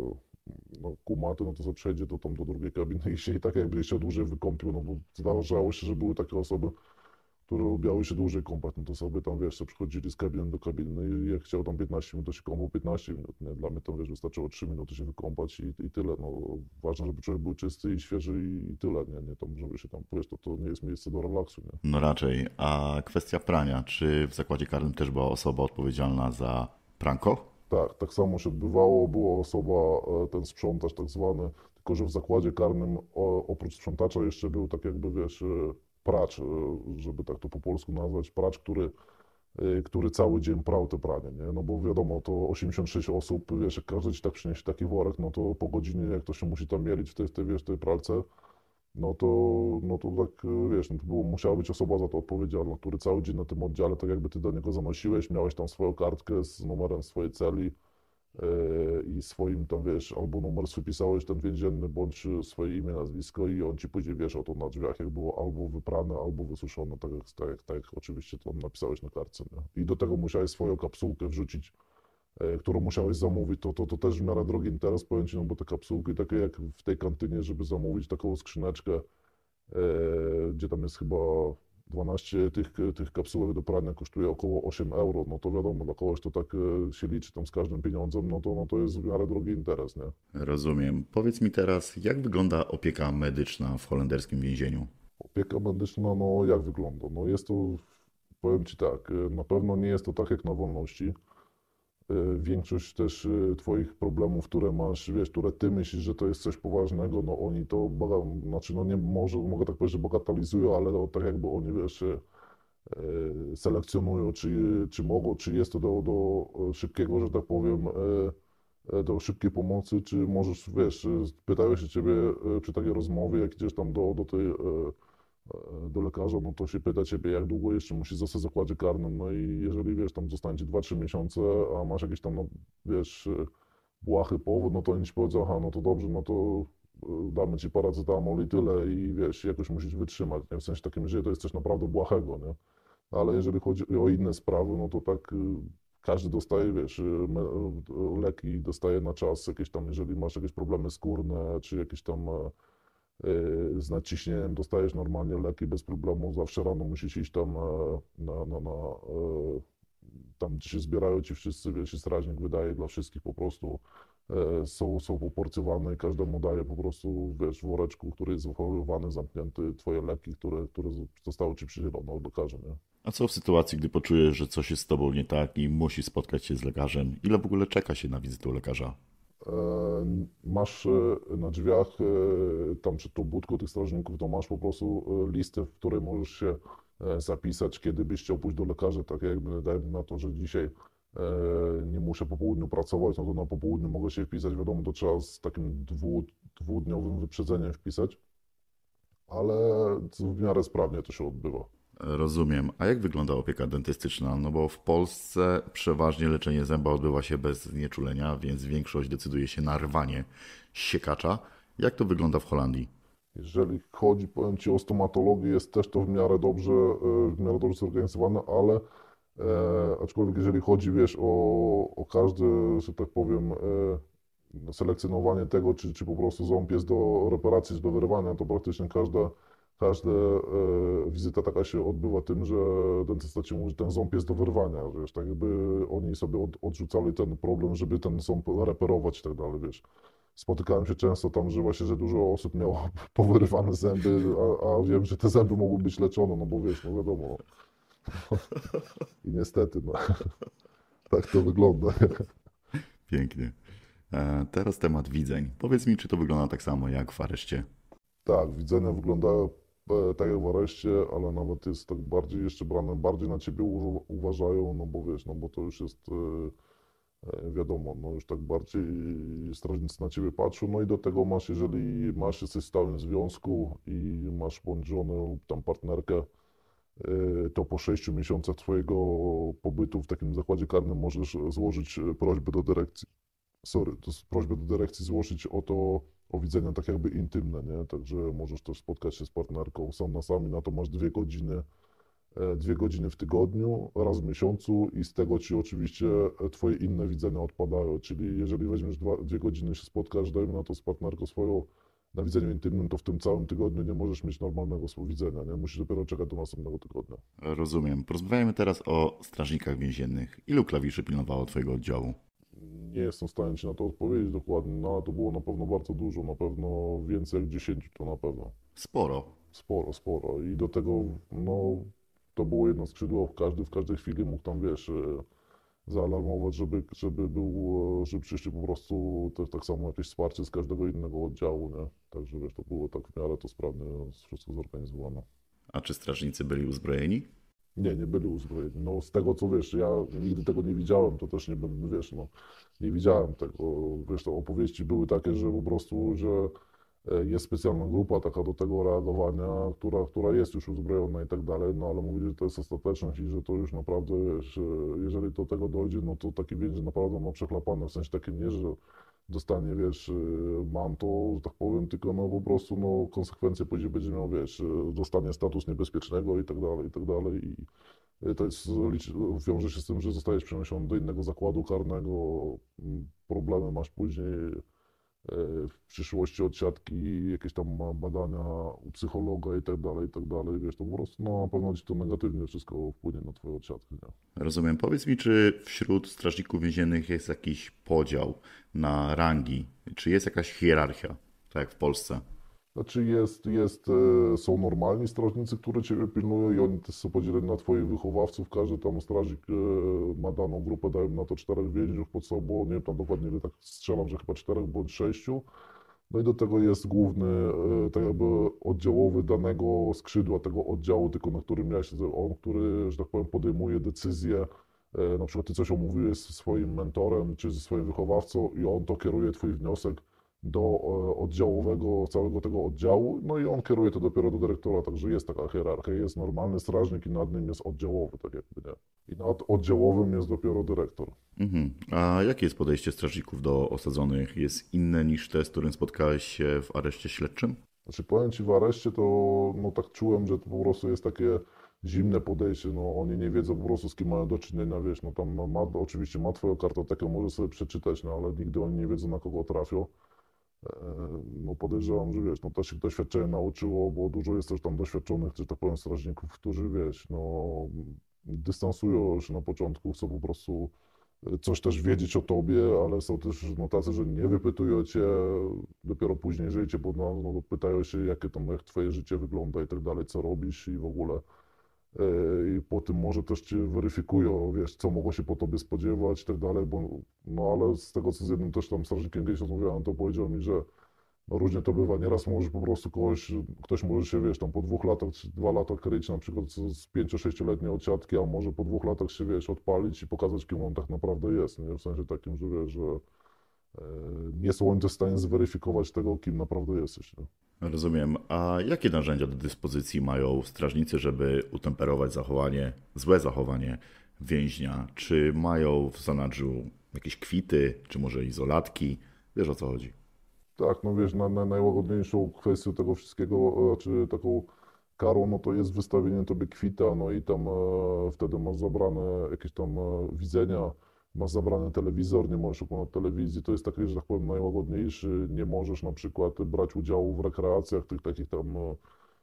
no, kumaty, no to sobie przejdzie to tam do drugiej kabiny i się i tak jakby się dłużej wykąpił, no bo zdarzało się, że były takie osoby, które lubiały się dłużej kąpać, no to sobie tam, wiesz, sobie przychodzili z kabiny do kabiny i jak chciał tam piętnaście minut, to się kąpał piętnaście minut, nie? Dla mnie tam, wiesz, wystarczyło trzy minuty się wykąpać i, i tyle, no. Ważne, żeby człowiek był czysty i świeży i, i tyle, nie? Nie tam, żeby się tam, wiesz, to, to nie jest miejsce do relaksu, nie? No raczej. A kwestia prania. Czy w zakładzie karnym też była osoba odpowiedzialna za pranko? Tak, tak samo się odbywało. Była osoba, e, ten sprzątacz tak zwany, tylko że w zakładzie karnym o, oprócz sprzątacza jeszcze był tak jakby, wiesz, e, pracz, e, żeby tak to po polsku nazwać, pracz, który, e, który cały dzień prał te pranie, nie? No bo wiadomo, to osiemdziesiąt sześć osób, wiesz, jak każdy ci tak przyniesie taki worek, no to po godzinie, jak to się musi tam mielić w tej, w tej, wiesz, tej pralce, no to, no to tak, e, wiesz, no to było, musiała być osoba za to odpowiedzialna, który cały dzień na tym oddziale, tak jakby ty do niego zanosiłeś, miałeś tam swoją kartkę z numerem swojej celi e, i swoim tam, wiesz, albo numer wypisałeś ten więzienny, bądź swoje imię, nazwisko i on ci później wieszał to na drzwiach, jak było albo wyprane, albo wysuszone, tak jak, tak, jak- tak jak oczywiście to napisałeś na kartce, nie? I do tego musiałeś swoją kapsułkę wrzucić, e, którą musiałeś zamówić. To, to, to też w miarę drogi interes, powiem ci, no bo te kapsułki, takie jak w tej kantynie, żeby zamówić taką skrzyneczkę, e, gdzie tam jest chyba dwanaście tych, tych kapsułek do prania kosztuje około osiem euro, no to wiadomo, dla kogoś to tak e, się liczy tam z każdym pieniądzem, no to, no to jest w miarę drogi interes, nie? Rozumiem. Powiedz mi teraz, jak wygląda opieka medyczna w holenderskim więzieniu? Opieka medyczna, no jak wygląda? No jest to, powiem ci tak, e, na pewno nie jest to tak jak na wolności. E, Większość też e, twoich problemów, które masz, wiesz, które ty myślisz, że to jest coś poważnego, no oni to, baga- znaczy no nie może, mogę tak powiedzieć, że bagatelizują, ale no, tak jakby oni, wiesz, e, e, selekcjonują, czy, czy mogą, czy jest to do, do szybkiego, że tak powiem, e, e, do szybkiej pomocy, czy możesz, wiesz, e, pytają się ciebie e, przy takiej rozmowie, jak idziesz tam do, do tej, e, e, do lekarza, no to się pyta ciebie, jak długo jeszcze musisz zostać w zakładzie karnym, no i jeżeli, wiesz, tam zostanie ci dwa trzy miesiące, a masz jakieś tam, no, wiesz, e, błahy powód, no to oni ci powiedzą, aha, no to dobrze, no to e, damy ci paracetamol i tyle i wiesz, jakoś musisz wytrzymać, nie? W sensie takim, że to jest coś naprawdę błahego, nie? Ale jeżeli chodzi o inne sprawy, no to tak y, każdy dostaje, wiesz, y, me- y, leki dostaje na czas, jakieś tam, jeżeli masz jakieś problemy skórne, czy jakieś tam e, y, z nadciśnieniem, dostajesz normalnie leki bez problemu, zawsze rano musisz iść tam e, na, na, na e, tam, gdzie się zbierają ci wszyscy, wiesz, i strażnik wydaje dla wszystkich po prostu, e, są, są poporcjowane i każdemu daje po prostu, wiesz, w woreczku, który jest zachowywany, zamknięty, twoje leki, które, które zostały ci przydzielone od lekarza, nie? A co w sytuacji, gdy poczujesz, że coś jest z tobą nie tak i musisz spotkać się z lekarzem? Ile w ogóle czeka się na wizytę u lekarza? E, Masz e, na drzwiach, e, tam przed tą budką tych strażników, to masz po prostu e, listę, w której możesz się e, zapisać, kiedy byś chciał pójść do lekarza. Tak jakby dajmy na to, że dzisiaj e, nie muszę po południu pracować, no to na popołudniu mogę się wpisać. Wiadomo, to trzeba z takim dwu, dwudniowym wyprzedzeniem wpisać, ale w miarę sprawnie to się odbywa. Rozumiem. A jak wygląda opieka dentystyczna? No bo w Polsce przeważnie leczenie zęba odbywa się bez znieczulenia, więc większość decyduje się na rwanie siekacza. Jak to wygląda w Holandii? Jeżeli chodzi, powiem Ci, o stomatologię, jest też to w miarę dobrze, e, w miarę dobrze zorganizowane, ale e, aczkolwiek jeżeli chodzi, wiesz, o, o każde, że tak powiem, e, selekcjonowanie tego, czy, czy po prostu ząb jest do reparacji, czy do wyrwania, to praktycznie każda, każda e, wizyta taka się odbywa tym, że dentysta Ci mówi, że ten ząb jest do wyrwania, wiesz, tak jakby oni sobie od, odrzucali ten problem, żeby ten ząb reperować i tak dalej, wiesz. Spotykałem się często tam, że właśnie, że dużo osób miało powyrywane zęby, a, a wiem, że te zęby mogły być leczone, no bo wiesz, no wiadomo. No. I niestety, no, tak to wygląda. Pięknie. E, teraz temat widzeń. Powiedz mi, czy to wygląda tak samo jak w areszcie? Tak, widzenia wyglądają e, tak jak w areszcie, ale nawet jest tak bardziej jeszcze brane, bardziej na ciebie u- uważają, no bo wiesz, no bo to już jest e, e, wiadomo, no już tak bardziej strażnicy na ciebie patrzą, no i do tego masz, jeżeli masz, jesteś w stałym związku i masz bądź żonę lub tam partnerkę, e, to po sześciu miesiącach twojego pobytu w takim zakładzie karnym możesz złożyć e, prośbę do dyrekcji. Sorry, to jest prośbę do dyrekcji złożyć o to, o widzenia tak jakby intymne, nie? Także możesz też spotkać się z partnerką sam na sam i na to masz dwie godziny, e, dwie godziny w tygodniu, raz w miesiącu i z tego ci oczywiście e, twoje inne widzenia odpadają, czyli jeżeli weźmiesz dwa, dwie godziny się spotkasz, dajmy na to z partnerką swoją na widzeniu intymnym, to w tym całym tygodniu nie możesz mieć normalnego widzenia, nie? Musisz dopiero czekać do następnego tygodnia. Rozumiem. Porozmawiajmy teraz o strażnikach więziennych. Ilu klawiszy pilnowało twojego oddziału? Nie jestem w stanie ci na to odpowiedzieć dokładnie, no ale to było na pewno bardzo dużo, na pewno więcej jak dziesięć to na pewno. Sporo. Sporo, sporo. I do tego, no, to było jedno skrzydło, każdy w każdej chwili mógł tam, wiesz, e, zaalarmować, żeby, żeby był, e, żeby przyszli po prostu też tak samo jakieś wsparcie z każdego innego oddziału, nie? Także, wiesz, to było tak w miarę to sprawnie wszystko zorganizowane. A czy strażnicy byli uzbrojeni? Nie, nie byli uzbrojeni. No z tego co wiesz, ja nigdy tego nie widziałem, to też nie będę, wiesz, no nie widziałem tego. Wiesz, to opowieści były takie, że po prostu, że e, jest specjalna grupa taka do tego reagowania, która, która jest już uzbrojona i tak dalej, no ale mówili, że to jest ostateczność i że to już naprawdę, wiesz, e, jeżeli do tego dojdzie, no to taki będzie naprawdę ma przechlapane, w sensie takie nie, że dostanie, wiesz, y, mam to, że tak powiem, tylko no po prostu no, konsekwencje później będzie miał, wiesz, y, dostanie status niebezpiecznego i tak dalej, i tak dalej. I y, to jest, liczy- wiąże się z tym, że zostajesz przeniesiony do innego zakładu karnego, mm, problemy masz później y, w przyszłości odsiadki, jakieś tam ma- badania u psychologa i tak dalej, i tak dalej, wiesz, to po prostu no, na pewno ci to negatywnie wszystko wpłynie na twoje odsiadki, nie? Rozumiem. Powiedz mi, czy wśród strażników więziennych jest jakiś podział na rangi? Czy jest jakaś hierarchia, tak jak w Polsce? Znaczy jest, jest, e, są normalni strażnicy, które ciebie pilnują i oni też są podzieleni na twoich wychowawców. Każdy tam strażnik e, ma daną grupę, dają na to czterech więźniów pod sobą. Nie wiem tam dokładnie ile, tak strzelam, że chyba czterech bądź sześciu. No i do tego jest główny, e, tak jakby oddziałowy danego skrzydła tego oddziału, tylko na którym ja siedzę, on, który, że tak powiem, podejmuje decyzje. E, Na przykład ty coś omówiłeś ze swoim mentorem czy ze swoim wychowawcą i on to kieruje twój wniosek do e, oddziałowego, całego tego oddziału, no i on kieruje to dopiero do dyrektora, także jest taka hierarchia, jest normalny strażnik i nad nim jest oddziałowy, tak jakby, nie? I nad oddziałowym jest dopiero dyrektor. Mhm. A jakie jest podejście strażników do osadzonych? Jest inne niż te, z którym spotkałeś się w areszcie śledczym? Znaczy powiem ci, w areszcie to no tak czułem, że to po prostu jest takie zimne podejście, no oni nie wiedzą po prostu z kim mają do czynienia, wiesz, no tam no, ma, oczywiście ma twoją kartotekę, może sobie przeczytać, no ale nigdy oni nie wiedzą na kogo trafią. E, No podejrzewam, że wiesz, no też ich doświadczenie nauczyło, bo dużo jest też tam doświadczonych, że tak powiem, strażników, którzy wiesz, no dystansują się na początku, chcą po prostu coś też wiedzieć o tobie, ale są też no, tacy, że nie wypytują cię, dopiero później życie, bo no, no, pytają się, jakie tam, jak twoje życie wygląda i tak dalej, co robisz i w ogóle. E, I po tym może też cię weryfikują, wiesz, co mogło się po tobie spodziewać i tak dalej, bo no ale z tego, co z jednym też tam strażnikiem kiedyś rozmawiałem, to powiedział mi, że no różnie to bywa. Nieraz możesz po prostu kogoś, ktoś może się, wiesz, tam po dwóch latach czy dwa lata kryć na przykład z z pięcio-sześcioletniej odsiadki, a może po dwóch latach się, wiesz, odpalić i pokazać, kim on tak naprawdę jest, nie? W sensie takim, że wiesz, że e, nie są oni też w stanie zweryfikować tego, kim naprawdę jesteś, nie? Rozumiem. A jakie narzędzia do dyspozycji mają strażnicy, żeby utemperować zachowanie, złe zachowanie więźnia? Czy mają w zanadrzu jakieś kwity, czy może izolatki? Wiesz o co chodzi? Tak, no wiesz, na, na najłagodniejszą kwestią tego wszystkiego, e, znaczy taką karą, no to jest wystawienie tobie kwita, no i tam e, wtedy masz zabrane jakieś tam e, widzenia, masz zabrany telewizor, nie możesz oglądać telewizji, to jest taki, że tak powiem, najłagodniejszy, nie możesz na przykład brać udziału w rekreacjach, tych takich tam e,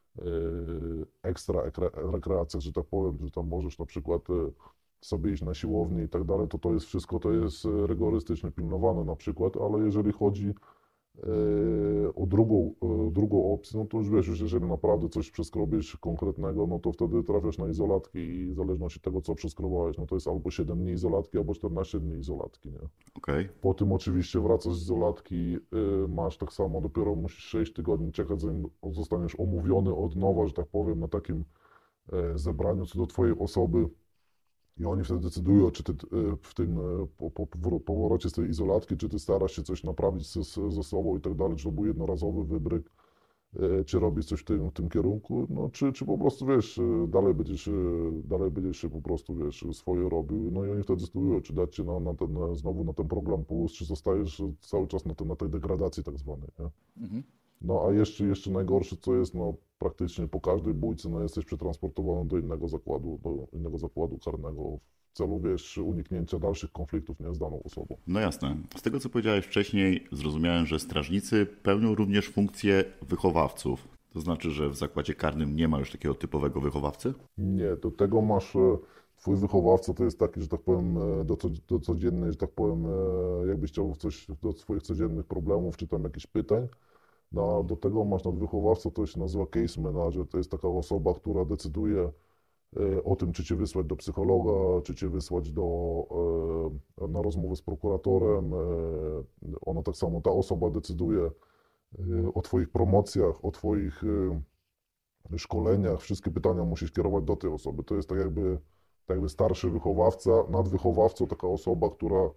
ekstra ekre- rekreacjach, że tak powiem, że tam możesz na przykład e, sobie iść na siłownię i tak dalej, to to jest wszystko, to jest e, rygorystycznie pilnowane na przykład, ale jeżeli chodzi E, O drugą, e, drugą opcję, no to już wiesz, już jeżeli naprawdę coś przeskrobiesz konkretnego, no to wtedy trafiasz na izolatki i w zależności od tego, co przeskrobałeś, no to jest albo siedem dni izolatki, albo czternaście dni izolatki, nie? Okej. Po tym oczywiście wracasz z izolatki, y, masz tak samo, dopiero musisz sześć tygodni czekać, zanim zostaniesz omówiony od nowa, że tak powiem, na takim e, zebraniu co do twojej osoby i oni wtedy decydują, czy ty e, w tym, e, po, po powró- powrocie z tej izolatki, czy ty starasz się coś naprawić ze, ze sobą i tak dalej, czy to był jednorazowy wybryk, e, czy robisz coś w tym, w tym kierunku, no czy, czy po prostu, wiesz, e, dalej będziesz, e, dalej będziesz się po prostu, wiesz, swoje robił, no i oni wtedy decydują, czy dać cię na, na ten, e, znowu na ten program plus, czy zostajesz cały czas na, ten, na tej degradacji tak zwanej, nie? Mhm. No a jeszcze, jeszcze najgorsze co jest, no praktycznie po każdej bójce, no jesteś przetransportowany do innego zakładu, do innego zakładu karnego w celu, wiesz, uniknięcia dalszych konfliktów, nie, z daną osobą. No jasne. Z tego, co powiedziałeś wcześniej, zrozumiałem, że strażnicy pełnią również funkcję wychowawców. To znaczy, że w zakładzie karnym nie ma już takiego typowego wychowawcy? Nie, do tego masz, e, twój wychowawca to jest taki, że tak powiem, e, do, co- do codziennej, że tak powiem, e, jakbyś chciał coś do swoich codziennych problemów, czy tam jakichś pytań. No, a do tego masz nadwychowawcę, to się nazywa case manager, to jest taka osoba, która decyduje e, o tym, czy cię wysłać do psychologa, czy cię wysłać do, e, na rozmowę z prokuratorem. E, Ona tak samo, ta osoba decyduje e, o twoich promocjach, o twoich e, szkoleniach. Wszystkie pytania musisz kierować do tej osoby. To jest tak jakby, tak jakby starszy wychowawca, nadwychowawcą, taka osoba, która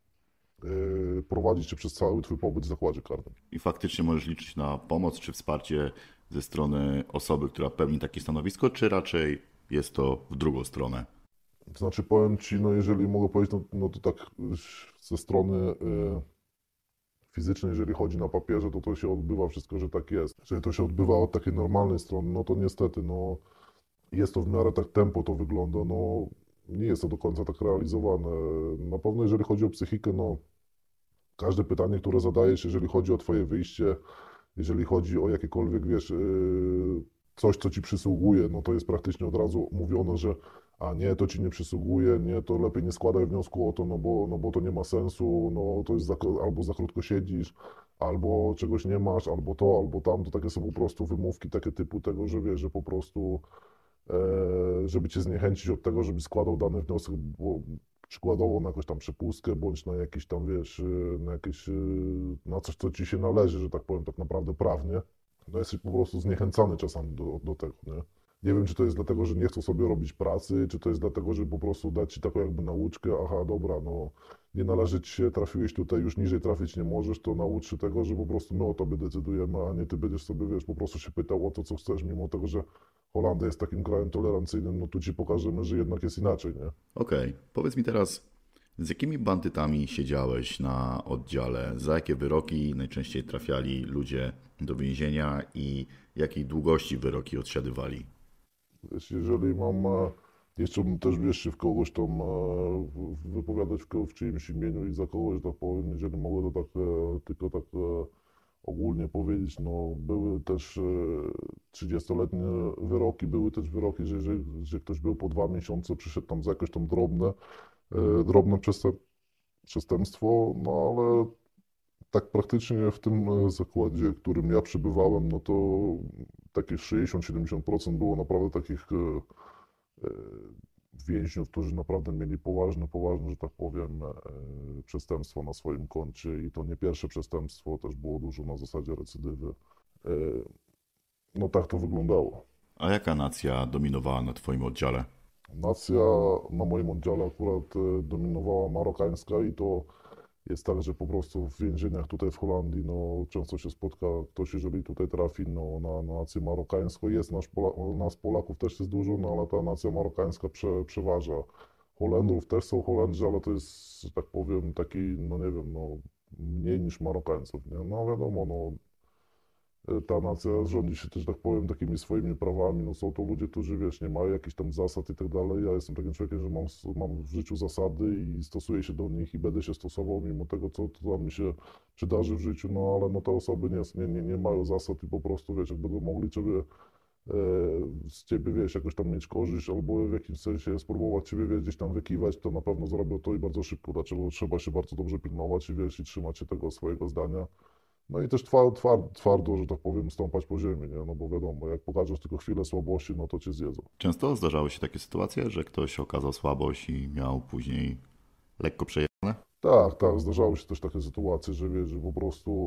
e, prowadzi cię przez cały twój pobyt w zakładzie karnym. I faktycznie możesz liczyć na pomoc czy wsparcie ze strony osoby, która pełni takie stanowisko, czy raczej jest to w drugą stronę? To znaczy, powiem ci, no jeżeli mogę powiedzieć, no, no to tak y, ze strony y, fizycznej, jeżeli chodzi na papierze, to to się odbywa wszystko, że tak jest. Jeżeli to się odbywa od takiej normalnej strony, no to niestety, no jest to w miarę tak tempo to wygląda, no nie jest to do końca tak realizowane. Na pewno jeżeli chodzi o psychikę, no każde pytanie, które zadajesz, jeżeli chodzi o twoje wyjście, jeżeli chodzi o jakiekolwiek, wiesz, yy, coś, co ci przysługuje, no to jest praktycznie od razu mówione, że a nie, to ci nie przysługuje, nie, to lepiej nie składaj wniosku o to, no bo, no bo to nie ma sensu, no to jest za, albo za krótko siedzisz, albo czegoś nie masz, albo to, albo tam, to takie są po prostu wymówki takie typu tego, że wiesz, że po prostu e, żeby cię zniechęcić od tego, żebyś składał dany wniosek, bo przykładowo na jakąś tam przepustkę, bądź na jakiś tam, wiesz, y, na jakieś, y, na coś, co ci się należy, że tak powiem, tak naprawdę prawnie, no jesteś po prostu zniechęcany czasami do, do tego, nie? Nie wiem, czy to jest dlatego, że nie chcą sobie robić pracy, czy to jest dlatego, że po prostu dać ci taką jakby nauczkę, aha, dobra, no nie należy ci się, trafiłeś tutaj, już niżej trafić nie możesz, to naucz się tego, że po prostu my o tobie decydujemy, a nie ty będziesz sobie, wiesz, po prostu się pytał o to, co chcesz, mimo tego, że Holandia jest takim krajem tolerancyjnym, no tu ci pokażemy, że jednak jest inaczej, nie? Okej, powiedz mi teraz, z jakimi bandytami siedziałeś na oddziale? Za jakie wyroki najczęściej trafiali ludzie do więzienia i jakiej długości wyroki odsiadywali? Wiesz, jeżeli mam, e, jeszcze bym też, wiesz, się w kogoś tam e, w- wypowiadać w, ko- w czyimś imieniu i za kogoś, tak powiem, jeżeli mogę to tak, e, tylko tak e, ogólnie powiedzieć, no były też e, trzydziestoletnie wyroki, były też wyroki, że jeżeli że ktoś był po dwa miesiące, przyszedł tam za jakieś tam drobne, e, drobne przestęp- przestępstwo, no ale tak praktycznie w tym e, zakładzie, w którym ja przebywałem, no to takie sześćdziesiąt do siedemdziesięciu procent było naprawdę takich e, e, więźniów, którzy naprawdę mieli poważne, poważne, że tak powiem, e, przestępstwa na swoim koncie i to nie pierwsze przestępstwo, też było dużo na zasadzie recydywy. E, No tak to wyglądało. A jaka nacja dominowała na Twoim oddziale? Nacja na moim oddziale akurat e, dominowała marokańska i to jest tak, że po prostu w więzieniach tutaj w Holandii, no często się spotka ktoś, jeżeli tutaj trafi, no, na, na nację marokańską. Jest nasz Pola, nas Polaków też jest dużo, no ale ta nacja marokańska prze, przeważa. Holendrów też są Holendrzy, ale to jest, że tak powiem, taki, no nie wiem, no mniej niż Marokańców, nie? No wiadomo, no ta nacja rządzi się też, tak powiem, takimi swoimi prawami. No są to ludzie, którzy, wiesz, nie mają jakichś tam zasad i tak dalej. Ja jestem takim człowiekiem, że mam, mam w życiu zasady i stosuję się do nich i będę się stosował, mimo tego, co to tam mi się przydarzy w życiu. No ale no te osoby nie, nie, nie, nie mają zasad i po prostu, wiesz, jak będą mogli ciebie, e, z ciebie, wiesz, jakoś tam mieć korzyść albo w jakimś sensie spróbować ciebie, wiesz, gdzieś tam wykiwać, to na pewno zrobią to i bardzo szybko. Dlaczego trzeba się bardzo dobrze pilnować i, wiesz, i trzymać się tego swojego zdania. No i też twar, twar, twardo, że tak powiem, stąpać po ziemi, nie? No bo wiadomo, jak pokażesz tylko chwilę słabości, no to cię zjedzą. Często zdarzały się takie sytuacje, że ktoś okazał słabość i miał później lekko przejechane? Tak, tak, zdarzały się też takie sytuacje, że wiesz, że po prostu,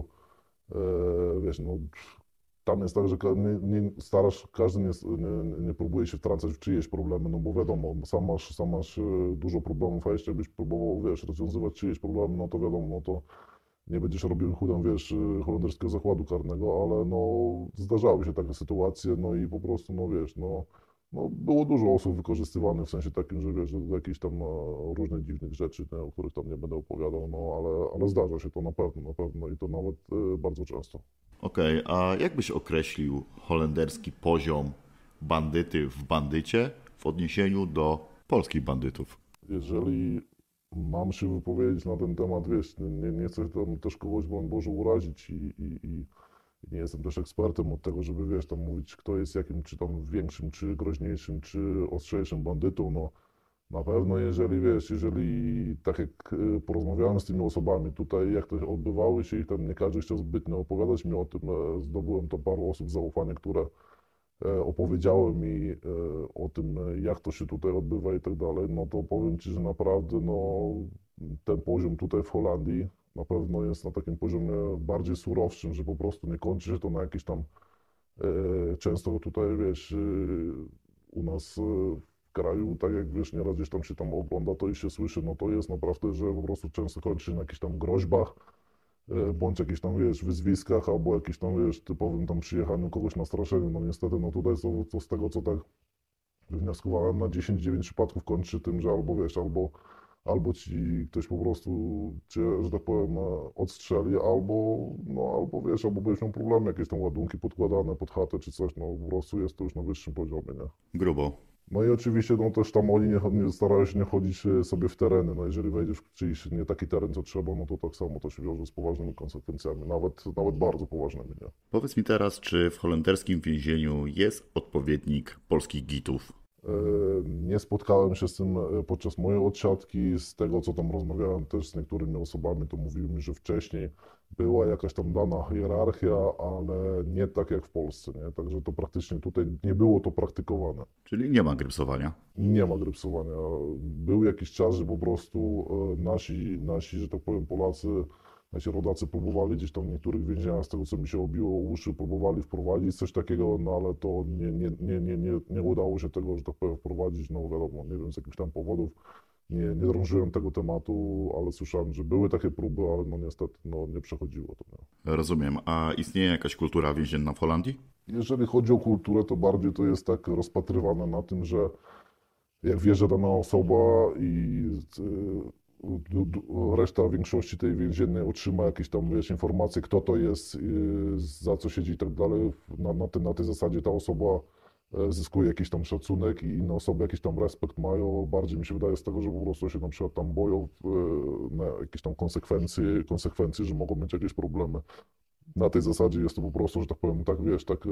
e, wiesz, no tam jest tak, że ka- nie, nie starasz, każdy nie, nie, nie próbuje się wtrącać w czyjeś problemy, no bo wiadomo, sam masz, sam masz e, dużo problemów, a jeśli byś próbował, wiesz, rozwiązywać czyjeś problemy, no to wiadomo, no to nie będziesz robił chudem, wiesz, e, holenderskiego zakładu karnego, ale no zdarzały się takie sytuacje, no i po prostu, no wiesz, no, no było dużo osób wykorzystywanych w sensie takim, że wiesz, do jakichś tam no, różnych dziwnych rzeczy, nie, o których tam nie będę opowiadał, no ale, ale zdarza się to na pewno, na pewno i to nawet e, bardzo często. Okej, a jak byś określił holenderski poziom bandyty w bandycie w odniesieniu do polskich bandytów? Jeżeli mam się wypowiedzieć na ten temat, wiesz, nie, nie chcę tam też kogoś, broń Boże, urazić i, i, i nie jestem też ekspertem od tego, żeby, wiesz, tam mówić, kto jest jakim, czy tam większym, czy groźniejszym, czy ostrzejszym bandytą, no na pewno, jeżeli, wiesz, jeżeli tak jak e, porozmawiałem z tymi osobami tutaj, jak to odbywały się i tam nie każdy chciał zbytnio opowiadać mi o tym, e, zdobyłem to paru osób zaufania, które e, opowiedziały mi e, o tym, e, jak to się tutaj odbywa i tak dalej, no to powiem Ci, że naprawdę no, ten poziom tutaj w Holandii na pewno jest na takim poziomie bardziej surowszym, że po prostu nie kończy się to na jakiś tam, e, często tutaj wiesz, e, u nas e, w kraju, tak jak wiesz, nieraz gdzieś tam się tam ogląda to i się słyszy, no to jest naprawdę, że po prostu często kończy się na jakichś tam groźbach, e, bądź jakichś tam, wiesz, wyzwiskach, albo jakiś tam, wiesz, typowym tam przyjechaniu kogoś na straszeniu. No niestety, no tutaj to, to z tego, co tak wywnioskowałem, na dziesięć dziewięć przypadków kończy tym, że albo, wiesz, albo, albo ci ktoś po prostu cię, że tak powiem, e, odstrzeli, albo, no, albo, wiesz, albo będziesz miał problemy, jakieś tam ładunki podkładane pod chatę czy coś, no po prostu jest to już na wyższym poziomie, nie? Grubo. No i oczywiście no też tam oni nie, nie starają się nie chodzić e, sobie w tereny. No jeżeli wejdziesz w czyjś nie taki teren, co trzeba, no to tak samo to się wiąże z poważnymi konsekwencjami, nawet, nawet bardzo poważnymi, nie? Powiedz mi teraz, czy w holenderskim więzieniu jest odpowiednik polskich gitów? E, Nie spotkałem się z tym e, podczas mojej odsiadki. Z tego, co tam rozmawiałem też z niektórymi osobami, to mówili mi, że wcześniej była jakaś tam dana hierarchia, ale nie tak jak w Polsce, nie? Także to praktycznie tutaj nie było to praktykowane. Czyli nie ma grypsowania. Nie ma grypsowania. Był jakiś czas, że po prostu e, nasi, nasi, że tak powiem, Polacy, nasi rodacy próbowali gdzieś tam w niektórych więzieniach, z tego co mi się obiło o uszy, próbowali wprowadzić coś takiego, no ale to nie, nie, nie, nie, nie, nie udało się tego, że tak powiem, wprowadzić, no wiadomo, nie wiem z jakichś tam powodów. Nie, nie drążyłem tego tematu, ale słyszałem, że były takie próby, ale no niestety no, nie przechodziło to. Nie? Rozumiem. A istnieje jakaś kultura więzienna w Holandii? Jeżeli chodzi o kulturę, to bardziej to jest tak rozpatrywane na tym, że jak wie, że dana osoba i y, du- du- reszta większości tej więziennej otrzyma jakieś tam, wiesz, informacje, kto to jest, y, za co siedzi i tak dalej, na, na, tej, na tej zasadzie ta osoba e, zyskuje jakiś tam szacunek i inne osoby jakiś tam respekt mają. Bardziej mi się wydaje z tego, że po prostu się na przykład tam boją e, na jakieś tam konsekwencje, konsekwencje, że mogą mieć jakieś problemy. Na tej zasadzie jest to po prostu, że tak powiem, tak wiesz, tak e,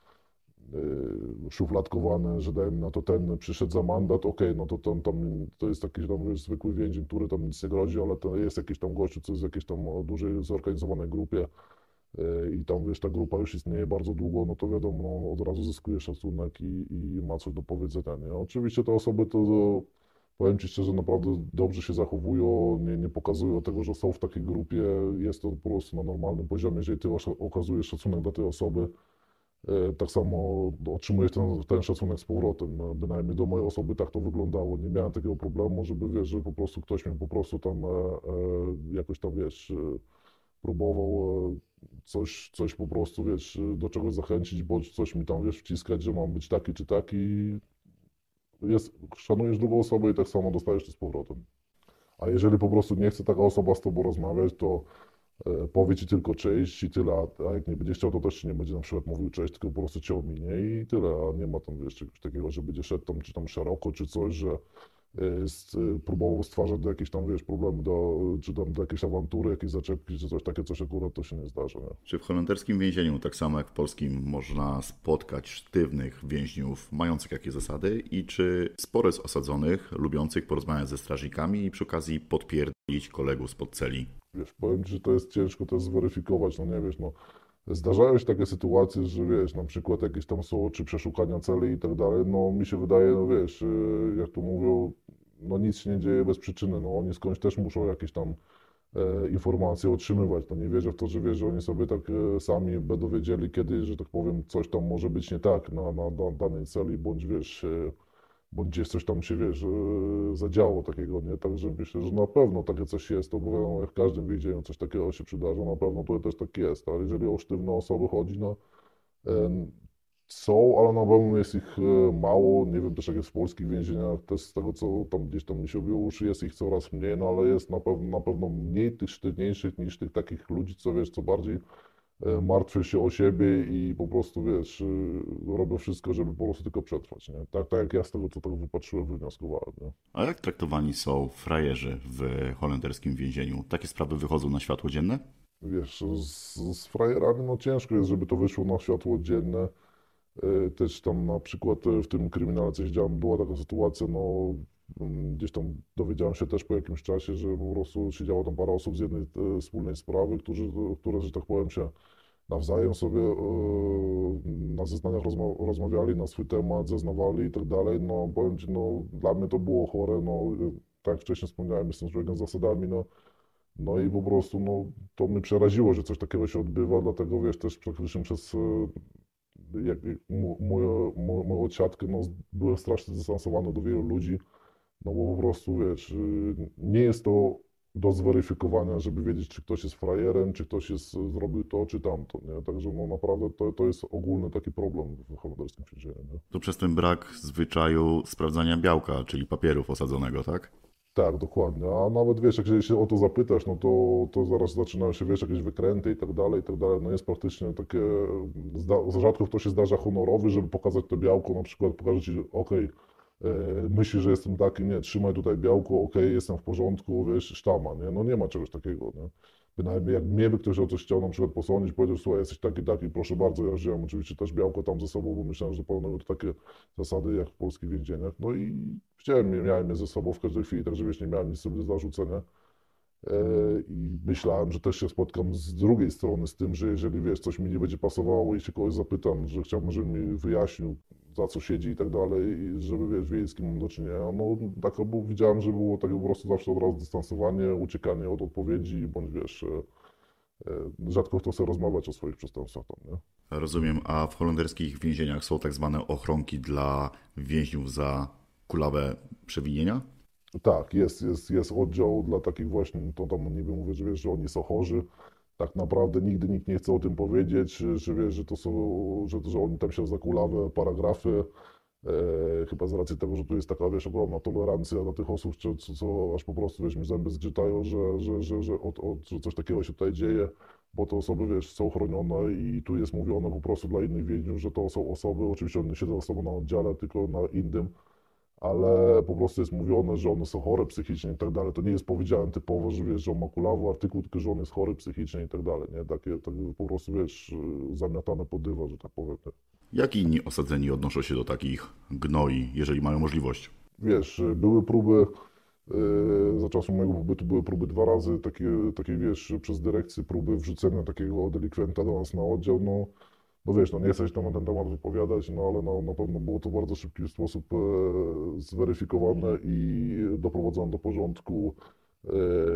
y, szufladkowane, że dajmy na to ten przyszedł za mandat, okej, no to tam, tam to jest jakiś tam wiesz, zwykły więzień, który tam nic nie grozi, ale to jest jakiś tam gościu, co jest w jakiejś tam o dużej zorganizowanej grupie y, i tam wiesz, ta grupa już istnieje bardzo długo, no to wiadomo, no, od razu zyskuje szacunek i, i ma coś do powiedzenia, nie? Oczywiście te osoby to, to powiem Ci szczerze, naprawdę dobrze się zachowują, nie, nie pokazują tego, że są w takiej grupie, jest to po prostu na normalnym poziomie, jeżeli Ty osza- okazujesz szacunek dla tej osoby, e, tak samo otrzymujesz ten, ten szacunek z powrotem. No, bynajmniej do mojej osoby tak to wyglądało. Nie miałem takiego problemu, żeby wiesz, że po prostu ktoś mnie po prostu tam e, e, jakoś tam wiesz, e, próbował e, coś, coś po prostu wiesz, do czegoś zachęcić, bądź coś mi tam wiesz, wciskać, że mam być taki czy taki. Jest, szanujesz drugą osobę i tak samo dostajesz to z powrotem. A jeżeli po prostu nie chce taka osoba z tobą rozmawiać, to e, powie ci tylko cześć i tyle, a a jak nie będzie chciał, to też ci nie będzie na przykład mówił cześć, tylko po prostu cię ominie i tyle, a nie ma tam wiesz, czegoś takiego, że będzie szedł tam, czy tam szeroko, czy coś, że jest, próbował stwarzać do jakichś tam, wiesz, problemy, do, czy tam do jakiejś awantury, jakieś zaczepki, czy coś takie, coś akurat to się nie zdarza, nie? Czy w holenderskim więzieniu, tak samo jak w polskim, można spotkać sztywnych więźniów mających jakieś zasady i czy sporo jest osadzonych, lubiących porozmawiać ze strażnikami i przy okazji podpierdolić kolegów spod celi? Wiesz, powiem Ci, że to jest ciężko też zweryfikować, no nie wiesz, no zdarzają się takie sytuacje, że wiesz, na przykład jakieś tam są czy przeszukania celi i tak dalej, no mi się wydaje, no wiesz, yy, jak to mówią, no nic się nie dzieje bez przyczyny, no oni skądś też muszą jakieś tam e, informacje otrzymywać, no nie wierzę w to, że wiesz, że oni sobie tak e, sami będą wiedzieli, kiedy, że tak powiem, coś tam może być nie tak na, na, na danej celi, bądź wiesz, e, bądź gdzieś coś tam się, wiesz, e, zadziało takiego, nie? Także myślę, że na pewno takie coś jest, to bo wiadomo, jak w każdym więzieniu coś takiego się przydarza, na pewno tutaj też tak jest, ale jeżeli o sztywne osoby chodzi, no e, są, ale na pewno jest ich e, mało, nie wiem też jak jest w polskich więzieniach, też z tego co tam gdzieś tam mi się obiło uszy, jest ich coraz mniej, no ale jest na pewno, na pewno mniej tych sztywniejszych niż tych takich ludzi, co wiesz, co bardziej e, martwią się o siebie i po prostu, wiesz, e, robią wszystko, żeby po prostu tylko przetrwać, nie? Tak, tak jak ja z tego, co tak wypatrzyłem, wywnioskowałem, nie? A jak traktowani są frajerzy w holenderskim więzieniu? Takie sprawy wychodzą na światło dzienne? Wiesz, z, z frajerami, no ciężko jest, żeby to wyszło na światło dzienne. E, Też tam na przykład e, w tym kryminale, co siedziałem, była taka sytuacja, no mm, gdzieś tam dowiedziałem się też po jakimś czasie, że po prostu siedziało tam parę osób z jednej e, wspólnej sprawy, którzy, które, że tak powiem, się nawzajem sobie e, na zeznaniach rozma rozmawiali na swój temat, zeznawali i tak dalej. No powiem Ci, no dla mnie to było chore, no e, tak jak wcześniej wspomniałem, jestem człowiekiem z zasadami, no no i po prostu no, to mnie przeraziło, że coś takiego się odbywa, dlatego wiesz, też praktycznie przez e, jak, mo- moją, mo- moją siatkę, no, byłem strasznie zdystansowany do wielu ludzi, no bo po prostu wiesz, y, nie jest to do zweryfikowania, żeby wiedzieć, czy ktoś jest frajerem, czy ktoś jest, zrobił to, czy tamto, nie? Także no naprawdę to, to jest ogólny taki problem w holenderskim więzieniu, nie? To przez ten brak zwyczaju sprawdzania białka, czyli papierów osadzonego, tak? Tak, dokładnie. A nawet wiesz, jak się o to zapytasz, no to, to zaraz zaczynają się, wiesz, jakieś wykręty i tak dalej, i tak dalej. No jest praktycznie takie, zda, rzadko to się zdarza honorowy, żeby pokazać to białko, na przykład pokażę ci, okej, e, myślisz, że jestem taki, nie, trzymaj tutaj białko, okej, jestem w porządku, wiesz, sztama, nie? No nie ma czegoś takiego, nie? Bynajmniej jak mnie by ktoś o coś chciał na przykład posądzić, powiedział, słuchaj, jesteś taki, taki, proszę bardzo, ja wziąłem oczywiście też białko tam ze sobą, bo myślałem, że pełnią to takie zasady jak w polskich więzieniach. No i wziąłem, miałem je ze sobą w każdej chwili, także wiesz, nie miałem nic sobie do zarzucenia. E, I myślałem, że też się spotkam z drugiej strony z tym, że jeżeli wiesz, coś mi nie będzie pasowało i się kogoś zapytam, że chciałbym, żeby mi wyjaśnił, za co siedzi i tak dalej, i żeby wiesz, wiedzieć, z kim mam do czynienia. No tak, bo widziałem, że było takie po prostu zawsze od razu dystansowanie, uciekanie od odpowiedzi, bądź wiesz, e, e, rzadko kto chce rozmawiać o swoich przestępstwach tam, nie? Rozumiem, a w holenderskich więzieniach są tak zwane ochronki dla więźniów za kulawe przewinienia? Tak, jest, jest, jest oddział dla takich właśnie, to tam niby mówię, że wiesz, że oni są chorzy. Tak naprawdę nigdy nikt nie chce o tym powiedzieć, że wiesz, że to są, że, że oni tam się za kulawe paragrafy. E, chyba z racji tego, że tu jest taka, wiesz, ogromna tolerancja dla tych osób, co, co, co aż po prostu, wiesz, mi zęby zgrzytają, że, że, że, że, od, od, że coś takiego się tutaj dzieje, bo te osoby, wiesz, są chronione i tu jest mówione po prostu dla innych więźniów, że to są osoby, oczywiście one nie siedzą osobą na oddziale, tylko na innym, ale po prostu jest mówione, że one są chore psychicznie i tak dalej. To nie jest powiedziane typowo, że wiesz, że on ma kulawy artykuł, tylko że on jest chory psychicznie i tak dalej, nie? Takie, takie po prostu, wiesz, zamiatane pod dywan, że tak powiem. Nie? Jak inni osadzeni odnoszą się do takich gnoi, jeżeli mają możliwość? Wiesz, były próby, yy, za czasów mojego pobytu były próby dwa razy, takie, takie wiesz, przez dyrekcję próby wrzucenia takiego delikwenta do nas na oddział, no, no wiesz, no nie chcę się tam na ten temat wypowiadać, no ale no, na pewno było to w bardzo szybki sposób e, zweryfikowane i doprowadzone do porządku. E,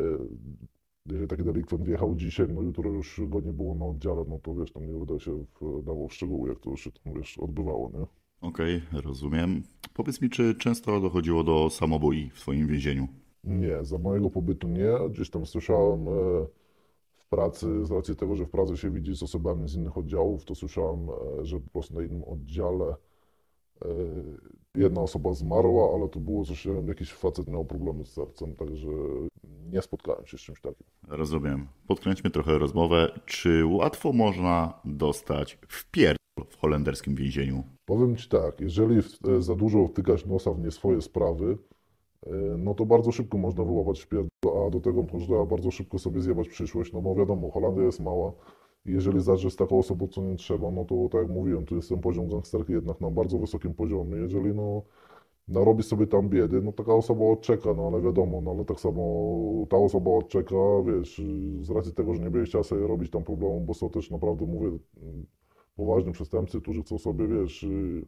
jeżeli taki delikwent wjechał dzisiaj, no jutro już go nie było na oddziale, no to wiesz, tam nie będę się wdawał w szczegóły, jak to się tam, wiesz, odbywało, nie? Okej, rozumiem. Powiedz mi, czy często dochodziło do samobój w twoim więzieniu? Nie, za mojego pobytu nie. Gdzieś tam słyszałem e, w pracy, z racji tego, że w pracy się widzi z osobami z innych oddziałów, to słyszałem, e, że po prostu na innym oddziale e, jedna osoba zmarła, ale to było coś, że jakiś facet miał problemy z sercem, także nie spotkałem się z czymś takim. Rozumiem. Podkręćmy trochę rozmowę. Czy łatwo można dostać wpierdol w holenderskim więzieniu? Powiem Ci tak, jeżeli w- e, za dużo wtykasz nosa w nie swoje sprawy, e, no to bardzo szybko można wyłapać wpierd, a do tego można bardzo szybko sobie zjebać przyszłość, no bo wiadomo, Holandia jest mała i jeżeli zaczniesz z taką osobą, co nie trzeba, no to tak jak mówiłem, tu jest ten poziom gangsterki jednak na bardzo wysokim poziomie. Jeżeli no narobi sobie tam biedy, no taka osoba odczeka, no ale wiadomo, no ale tak samo ta osoba odczeka, wiesz, z racji tego, że nie będzie chciała sobie robić tam problemu, bo są też naprawdę, mówię, mm, poważni przestępcy, którzy chcą sobie, wiesz, y,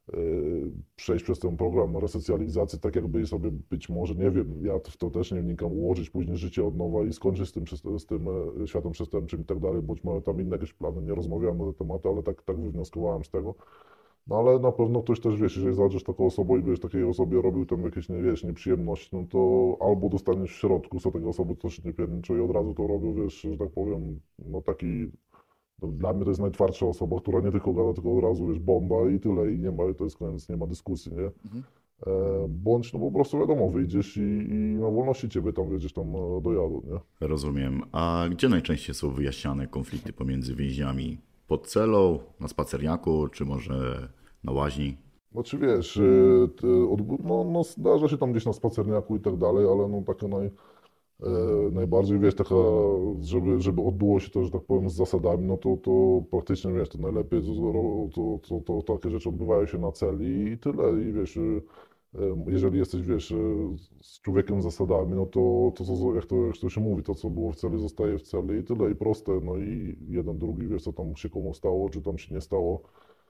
y, przejść przez ten program resocjalizacji, tak jakby sobie być może, nie wiem, ja w to też nie wnikam, ułożyć później życie od nowa i skończyć z tym, przest- z tym e, światem przestępczym i tak dalej, bądź mają tam inne jakieś plany, nie rozmawiałem na te tematy, ale tak, tak wywnioskowałem z tego. No ale na pewno ktoś też, wiesz, jeżeli zobaczysz taką osobą i będziesz takiej osobie robił tam jakieś, nie wiesz, nieprzyjemności, no to albo dostaniesz w środku, są takie osoby, co się nie pierniczą i od razu to robią, wiesz, że tak powiem, no taki, no, dla mnie to jest najtwardsza osoba, która nie tylko gada, tylko od razu, wiesz, bomba i tyle i nie ma, to jest koniec, nie ma dyskusji, nie? Mhm. E, bądź, no po prostu wiadomo, wyjdziesz i, i na wolności ciebie tam, wiedziesz, tam e, dojadą, nie? Rozumiem. A gdzie najczęściej są wyjaśniane konflikty pomiędzy więźniami? Pod celą, na spacerniaku, czy może na łaźni? Znaczy wiesz, e, te odb- no, no zdarza się tam gdzieś na spacerniaku i tak dalej, ale no takie naj, e, najbardziej, wiesz, taka, żeby, żeby odbyło się to, że tak powiem, z zasadami, no to, to praktycznie, wiesz, to najlepiej, to, to, to, to, to takie rzeczy odbywają się na celi i tyle. I wiesz, e, e, jeżeli jesteś, wiesz, e, z człowiekiem z zasadami, no to, to, to jak to, jak to się mówi, to co było w celi zostaje w celi i tyle, i proste. No i jeden, drugi, wiesz, co tam się komu stało, czy tam się nie stało,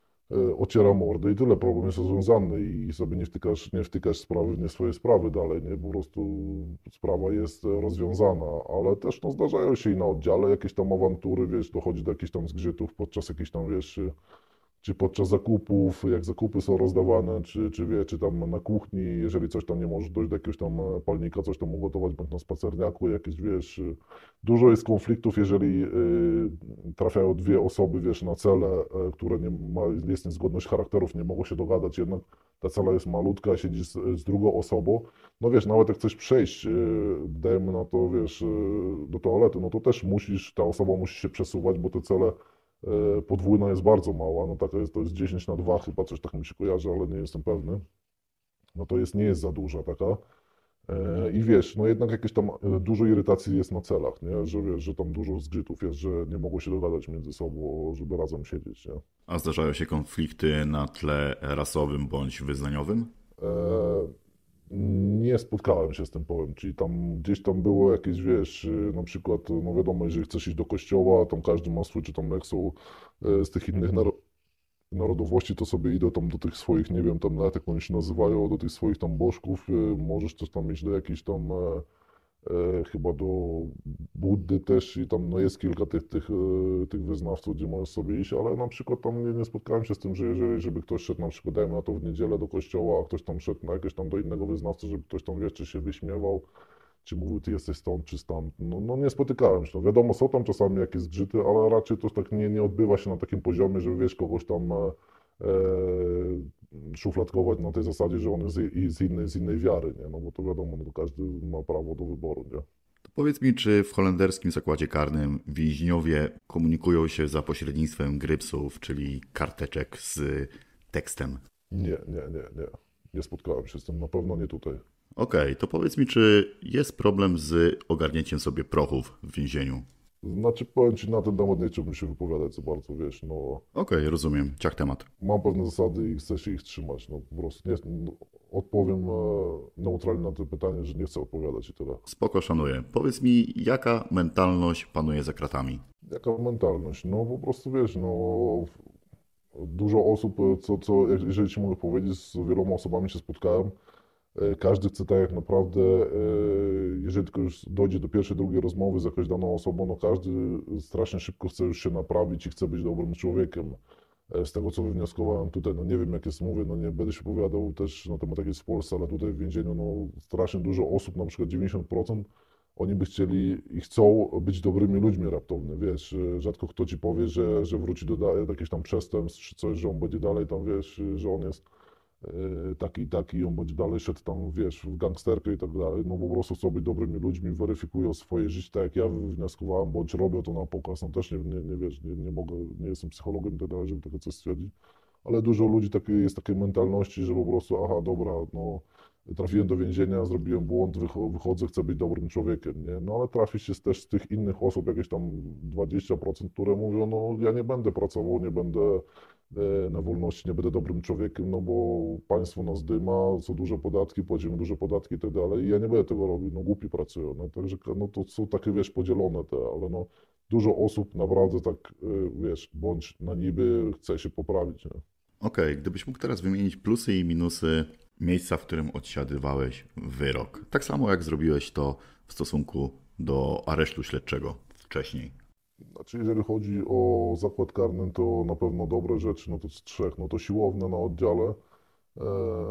e, ociera mordę i tyle, problem jest rozwiązany i sobie nie wtykasz, nie wtykasz sprawy w nie swoje sprawy dalej, nie, po prostu sprawa jest e, rozwiązana, ale też no, zdarzają się i na oddziale jakieś tam awantury, wiesz, dochodzi do jakichś tam zgrzytów podczas jakichś tam, wiesz, czy podczas zakupów, jak zakupy są rozdawane, czy, czy wie, czy tam na kuchni, jeżeli coś tam nie może dojść do jakiegoś tam e, palnika, coś tam ugotować, bądź na spacerniaku, jakieś, wiesz, y, dużo jest konfliktów, jeżeli y, trafiają dwie osoby, wiesz, na cele, e, które nie ma, jest niezgodność charakterów, nie mogą się dogadać, jednak ta cela jest malutka, siedzisz z, z drugą osobą, no wiesz, nawet jak chcesz przejść, y, dajmy na to, wiesz, y, do toalety, no to też musisz, ta osoba musi się przesuwać, bo te cele E, podwójna jest bardzo mała, no taka jest, to jest dziesięć na dwa chyba, coś tak mi się kojarzy, ale nie jestem pewny. No to jest, nie jest za duża taka. E, I wiesz, no jednak jakieś tam e, dużo irytacji jest na celach, nie? Że wiesz, że tam dużo zgrzytów jest, że nie mogą się dogadać między sobą, żeby razem siedzieć, nie? A zdarzają się konflikty na tle rasowym bądź wyznaniowym? E, Nie spotkałem się z tym, powiem, czyli tam gdzieś tam było jakieś, wiesz, y, na przykład, no wiadomo, jeżeli chcesz iść do kościoła, tam każdy ma swój, czy tam jak są e, z tych innych naro narodowości, to sobie idą tam do tych swoich, nie wiem, tam nawet jak oni się nazywają, do tych swoich tam bożków, y, możesz też tam iść do jakichś tam, e, e, chyba do Buddy też i tam no jest kilka tych, tych, e, tych wyznawców, gdzie możesz sobie iść, ale na przykład tam nie, nie spotkałem się z tym, że jeżeli, żeby ktoś szedł na przykład, dajmy na to w niedzielę do kościoła, a ktoś tam szedł na jakieś tam do innego wyznawcy, żeby ktoś tam, wiesz, czy się wyśmiewał, czy mówił, ty jesteś stąd, czy stąd. No, no nie spotykałem się. No, wiadomo, są tam czasami jakieś zgrzyty, ale raczej to tak nie, nie odbywa się na takim poziomie, że wiesz, kogoś tam e, e, szufladkować na tej zasadzie, że on jest z, z, innej, z innej wiary, nie? No bo to wiadomo, no, to każdy ma prawo do wyboru, nie? To powiedz mi, czy w holenderskim zakładzie karnym więźniowie komunikują się za pośrednictwem grypsów, czyli karteczek z tekstem? Nie, nie, nie, nie. Nie spotkałem się z tym, na pewno nie tutaj. Okej, to powiedz mi, czy jest problem z ogarnięciem sobie prochów w więzieniu? Znaczy, powiem ci, na ten temat nie chciałbym się wypowiadać za bardzo, wiesz, no Okej, rozumiem. Ciach temat. mam pewne zasady i chcę się ich trzymać, no po prostu nie, no, odpowiem e, neutralnie na to pytanie, że nie chcę odpowiadać i tyle. Spoko, szanuję. Powiedz mi, jaka mentalność panuje za kratami? Jaka mentalność? No po prostu wiesz, no dużo osób, e, co, co, jak- jeżeli ci mogę powiedzieć, z wieloma osobami się spotkałem, e, każdy chce tak jak naprawdę, e, jeżeli tylko już dojdzie do pierwszej, drugiej rozmowy z jakąś daną osobą, no każdy strasznie szybko chce już się naprawić i chce być dobrym człowiekiem. E, Z tego co wywnioskowałem tutaj, no nie wiem jak jest, mówię, no nie będę się opowiadał też na temat jak jest w Polsce, ale tutaj w więzieniu, no strasznie dużo osób, na przykład dziewięćdziesiąt procent, oni by chcieli i chcą być dobrymi ludźmi raptownie, wiesz, e, rzadko kto ci powie, że, że wróci do, da- do jakichś tam przestępstw czy coś, że on będzie dalej tam, wiesz, że on jest e, taki i taki i on będzie dalej szedł tam, wiesz, w gangsterkę i tak dalej, no po prostu chcą być dobrymi ludźmi, weryfikują swoje życie, tak jak ja wywnioskowałem, bądź robią to na pokaz, no też nie, nie, nie wiesz, nie, nie mogę, nie jestem psychologiem i tak dalej, żeby takie coś stwierdzić, ale dużo ludzi takie, jest takiej mentalności, że po prostu, aha, dobra, no trafiłem do więzienia, zrobiłem błąd, wycho- wychodzę, chcę być dobrym człowiekiem, nie? No ale trafi się też z tych innych osób jakieś tam dwadzieścia procent, które mówią, no ja nie będę pracował, nie będę e, na wolności, nie będę dobrym człowiekiem, no bo państwo nas dyma, są duże podatki, płacimy duże podatki i tak dalej i ja nie będę tego robił, no głupi pracują, no także no to są takie, wiesz, podzielone te, ale no dużo osób naprawdę tak, e, wiesz, bądź na niby chce się poprawić, nie? Okej, gdybyś mógł teraz wymienić plusy i minusy miejsca, w którym odsiadywałeś wyrok. Tak samo jak zrobiłeś to w stosunku do aresztu śledczego wcześniej. Znaczy, jeżeli chodzi o zakład karny, to na pewno dobre rzeczy, no to z trzech, no to siłownia na oddziale, e,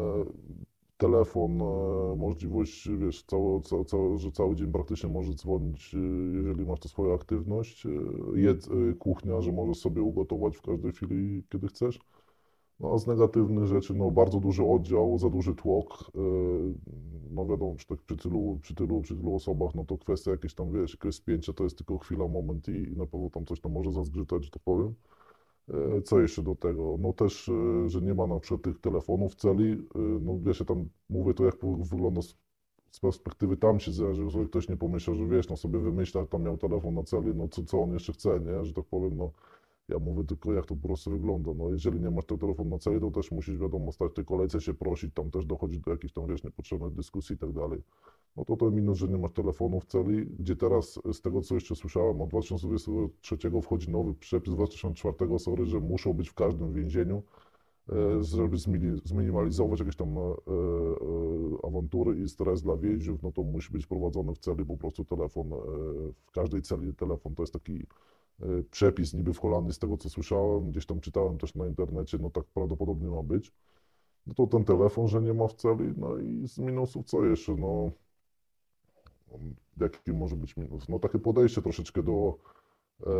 telefon, e, możliwość, wiesz, cały, cały, cały, że cały dzień praktycznie możesz dzwonić, e, jeżeli masz to swoją aktywność, e, jedz, e, kuchnia, że możesz sobie ugotować w każdej chwili, kiedy chcesz. No a z negatywnych rzeczy, no bardzo duży oddział, za duży tłok, e, no wiadomo, przy, tak, przy tylu, przy tylu, przy tylu osobach, no to kwestia jakieś tam, wiesz, jakiegoś spięcia to jest tylko chwila, moment i, i na pewno tam coś tam może zazgrzytać, że to powiem. E, Co jeszcze do tego? No też, e, że nie ma na przykład tych telefonów w celi. E, No ja się tam mówię to, jak wygląda z z perspektywy tam siedzenia, że sobie ktoś nie pomyślał, że wiesz, no sobie wymyśla, tam miał telefon na celi, no co, co on jeszcze chce, nie? Że tak powiem, no ja mówię tylko, jak to po prostu wygląda. No jeżeli nie masz tego telefonu na celi, to też musisz, wiadomo, stać w tej kolejce, się prosić, tam też dochodzi do jakichś tam, wiesz, niepotrzebnych dyskusji i tak dalej. No to to minus, że nie masz telefonu w celi, gdzie teraz, z tego co jeszcze słyszałem, od dwa tysiące dwudziestego trzeciego wchodzi nowy przepis, dwa tysiące czwartego, sorry, że muszą być w każdym więzieniu, e, żeby zmini- zminimalizować jakieś tam e, e, awantury i stres dla więźniów, no to musi być prowadzony w celi po prostu telefon, e, w każdej celi telefon. To jest taki e, przepis niby wcholany z tego, co słyszałem, gdzieś tam czytałem też na internecie, no tak prawdopodobnie ma być. No to ten telefon, że nie ma w celi, no i z minusów co jeszcze, no jaki może być minus? No takie podejście troszeczkę do e,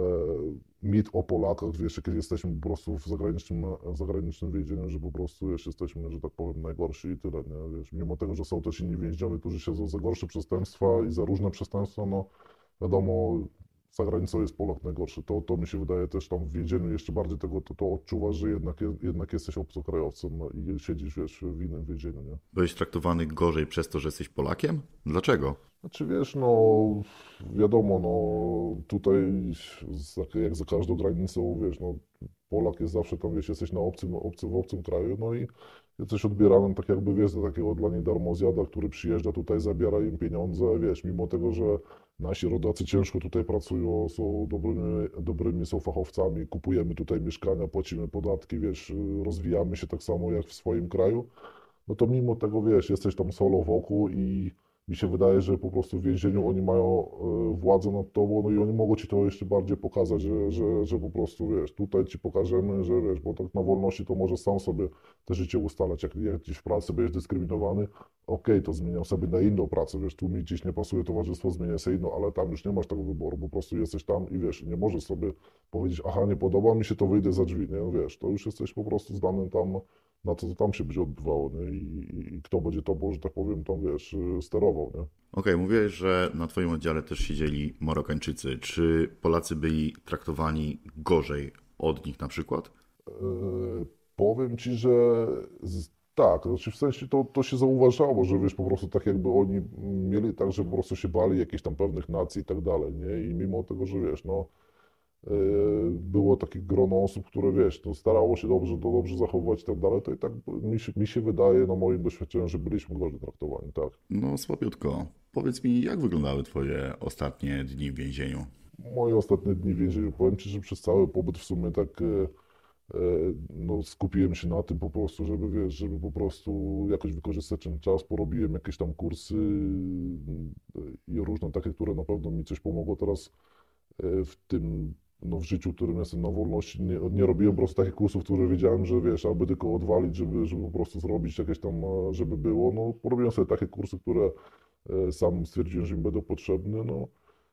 mit o Polakach, wiesz, kiedy jesteśmy po prostu w zagranicznym, w zagranicznym więzieniu, że po prostu wiesz, jesteśmy, że tak powiem, najgorsi i tyle, nie? Wiesz, mimo tego, że są też inni więźniowie, którzy siedzą za gorsze przestępstwa i za różne przestępstwa, no wiadomo, za granicą jest Polak najgorszy. To, to mi się wydaje też tam w więzieniu jeszcze bardziej tego to, to odczuwasz, że jednak, je, jednak jesteś obcokrajowcem, no, i siedzisz, wiesz, w innym więzieniu, nie? Byłeś traktowany gorzej przez to, że jesteś Polakiem? Dlaczego? Znaczy wiesz, no wiadomo, no tutaj za- jak za każdą granicą, wiesz, no Polak jest zawsze tam, wiesz, jesteś na obcym, obcym, w obcym kraju, no i jesteś odbierany tak jakby, wiesz, za takiego dla niej darmozjada, który przyjeżdża tutaj, zabiera im pieniądze, wiesz, mimo tego, że nasi rodacy ciężko tutaj pracują, są dobrymi, dobrymi są fachowcami, kupujemy tutaj mieszkania, płacimy podatki, wiesz, rozwijamy się tak samo jak w swoim kraju, no to mimo tego, wiesz, jesteś tam solo wokół i mi się wydaje, że po prostu w więzieniu oni mają e, władzę nad tobą, no i oni mogą ci to jeszcze bardziej pokazać, że, że, że po prostu, wiesz, tutaj ci pokażemy, że wiesz, bo tak na wolności to może sam sobie te życie ustalać, jak, jak gdzieś w pracy będziesz dyskryminowany, okej, to zmieniam sobie na inną pracę, wiesz, tu mi gdzieś nie pasuje towarzystwo, zmienię sobie inną, ale tam już nie masz tego wyboru, po prostu jesteś tam i wiesz, nie możesz sobie powiedzieć, aha, nie podoba mi się, to wyjdę za drzwi, nie, no wiesz, to już jesteś po prostu zdany tam na co to tam się będzie odbywało, nie? I, i, i kto będzie tobą, że tak powiem, tam wiesz, y, sterował, nie? Okej, mówiłeś, że na twoim oddziale też siedzieli Marokańczycy. Czy Polacy byli traktowani gorzej od nich na przykład? E, Powiem ci, że z, tak, znaczy w sensie to, to się zauważało, że wiesz, po prostu tak jakby oni mieli tak, że po prostu się bali jakichś tam pewnych nacji i tak dalej, nie? I mimo tego, że wiesz, no e, było takie grono osób, które wiesz, no, starało się dobrze, to dobrze zachowywać i tak dalej, to i tak mi się, mi się wydaje, na moim doświadczeniu, że byliśmy gorzej traktowani, tak. No słabiutko. Powiedz mi, jak wyglądały twoje ostatnie dni w więzieniu? Moje ostatnie dni w więzieniu, powiem ci, że przez cały pobyt w sumie tak e, e, no, skupiłem się na tym po prostu, żeby wiesz, żeby po prostu jakoś wykorzystać ten czas, porobiłem jakieś tam kursy e, i różne takie, które na pewno mi coś pomogło teraz e, w tym, no, w życiu, w którym jestem na wolności. Nie, nie robiłem po prostu takich kursów, które wiedziałem, że wiesz, aby tylko odwalić, żeby, żeby po prostu zrobić jakieś tam, e, żeby było. No, porobiłem sobie takie kursy, które e, sam stwierdziłem, że mi będą potrzebne. No,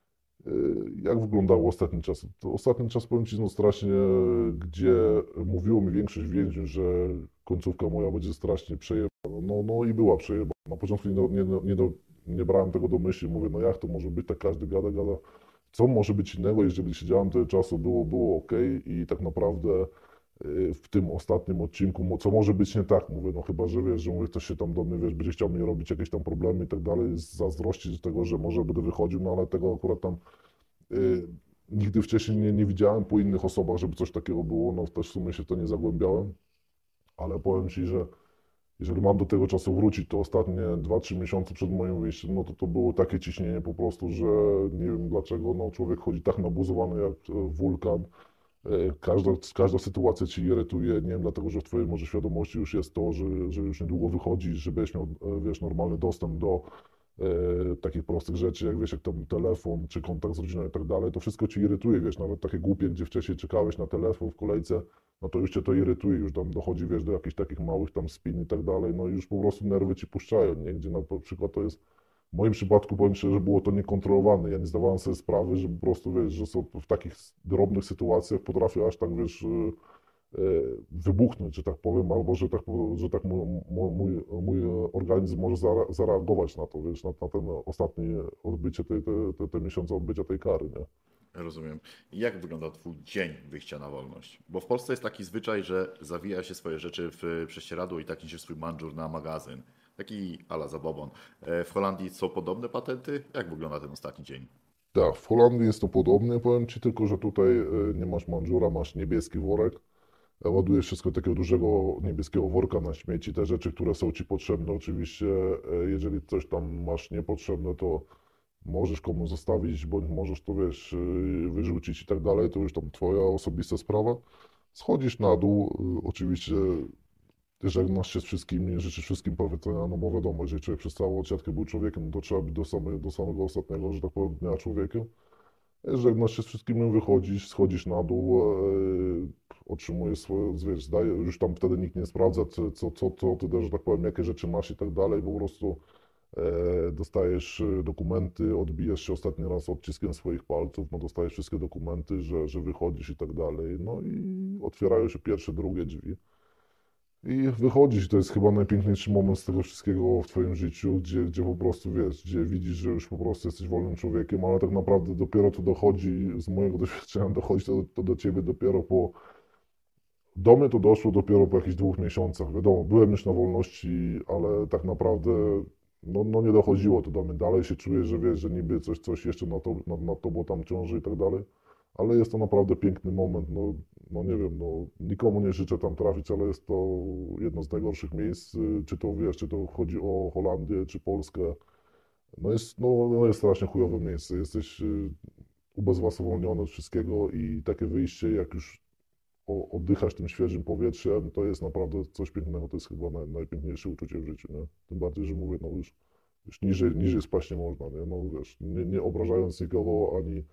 jak wyglądało ostatni czas? To ostatni czas, powiem ci, no strasznie, gdzie mówiło mi większość więźniów, że końcówka moja będzie strasznie przejebana. No, no i była przejebana. Na początku nie, do- nie, do- nie, do, nie brałem tego do myśli. Mówię, no jak to może być, tak każdy gada, gada. Co może być innego, jeżeli siedziałem tyle czasu, było, było ok i tak naprawdę y, w tym ostatnim odcinku, mo- co może być nie tak, mówię, no chyba, że wiesz, że mówię, ktoś się tam do mnie, wiesz, będzie chciał mi robić jakieś tam problemy i tak dalej, z zazdrości z tego, że może będę wychodził, no ale tego akurat tam y, nigdy wcześniej nie, nie widziałem po innych osobach, żeby coś takiego było, no też w sumie się w to nie zagłębiałem, ale powiem Ci, że jeżeli mam do tego czasu wrócić, to ostatnie dwa trzy miesiące przed moim wyjściem, no to to było takie ciśnienie po prostu, że nie wiem dlaczego, no człowiek chodzi tak nabuzowany jak e, wulkan. E, Każda, każda sytuacja Cię irytuje, nie wiem, dlatego, że w Twojej może świadomości już jest to, że, że już niedługo wychodzisz, że będziesz miał, e, wiesz, normalny dostęp do e, takich prostych rzeczy, jak wiesz, jak tam telefon, czy kontakt z rodziną i tak dalej, to wszystko Cię irytuje, wiesz, nawet takie głupie, gdzie wcześniej czekałeś na telefon w kolejce, no to już Cię to irytuje, już tam dochodzi, wiesz, do jakichś takich małych tam spin i tak dalej, no i już po prostu nerwy Ci puszczają, nie? Gdzie na przykład to jest, w moim przypadku powiem szczerze, że było to niekontrolowane, ja nie zdawałem sobie sprawy, że po prostu, wiesz, że są w takich drobnych sytuacjach potrafię aż tak, wiesz, e, wybuchnąć, że tak powiem, albo że tak, że tak mój, mój, mój organizm może zare- zareagować na to, wiesz, na, na ten ostatnie odbycie, tej, te, te, te miesiące odbycia tej kary, nie? Rozumiem. Jak wygląda Twój dzień wyjścia na wolność? Bo w Polsce jest taki zwyczaj, że zawija się swoje rzeczy w prześcieradło i taki się swój mandżur na magazyn. Taki ala zabobon. E, W Holandii są podobne patenty? Jak wygląda ten ostatni dzień? Tak, w Holandii jest to podobnie, powiem Ci tylko, że tutaj e, nie masz mandżura, masz niebieski worek, e, ładujesz wszystko do takiego dużego niebieskiego worka na śmieci, te rzeczy, które są Ci potrzebne, oczywiście, e, jeżeli coś tam masz niepotrzebne, to możesz komuś zostawić, bądź możesz to, wiesz, yy, wyrzucić i tak dalej, to już tam twoja osobista sprawa. Schodzisz na dół, yy, oczywiście żegnasz się z wszystkimi, życzysz wszystkim powodzenia, no bo wiadomo, jeżeli człowiek przez całą odsiadkę był człowiekiem, no to trzeba być do samego, do samego ostatniego, że tak powiem, dnia człowiekiem. Żegnasz się z wszystkimi, wychodzisz, schodzisz na dół, yy, otrzymujesz swoje, wiesz, zdaje, już tam wtedy nikt nie sprawdza, co, co, co, co ty też, że tak powiem, jakie rzeczy masz i tak dalej, po prostu E, dostajesz e, dokumenty, odbijasz się ostatni raz odciskiem swoich palców, no dostajesz wszystkie dokumenty, że, że wychodzisz i tak dalej. No i otwierają się pierwsze, drugie drzwi. I wychodzisz, i to jest chyba najpiękniejszy moment z tego wszystkiego w Twoim życiu, gdzie, gdzie po prostu wiesz, gdzie widzisz, że już po prostu jesteś wolnym człowiekiem, ale tak naprawdę dopiero to dochodzi, z mojego doświadczenia dochodzi to, to do Ciebie dopiero po, do mnie to doszło dopiero po jakichś dwóch miesiącach. Wiadomo, byłem już na wolności, ale tak naprawdę no, no nie dochodziło to do mnie. Dalej się czuję, że wiesz, że niby coś, coś jeszcze na to, nad, nad tobą tam ciąży i tak dalej. Ale jest to naprawdę piękny moment. No, no nie wiem, no, nikomu nie życzę tam trafić, ale jest to jedno z najgorszych miejsc. y, Czy to wiesz, czy to chodzi o Holandię, czy Polskę. No jest, no, no jest strasznie chujowe miejsce. Jesteś y, ubezwłasnowolniony od wszystkiego i takie wyjście, jak już o- oddychać tym świeżym powietrzem, to jest naprawdę coś pięknego, to jest chyba naj, najpiękniejsze uczucie w życiu, nie? Tym bardziej, że mówię, no już, już niżej, niżej spaść nie można, nie? No wiesz, nie, nie obrażając nikogo, ani,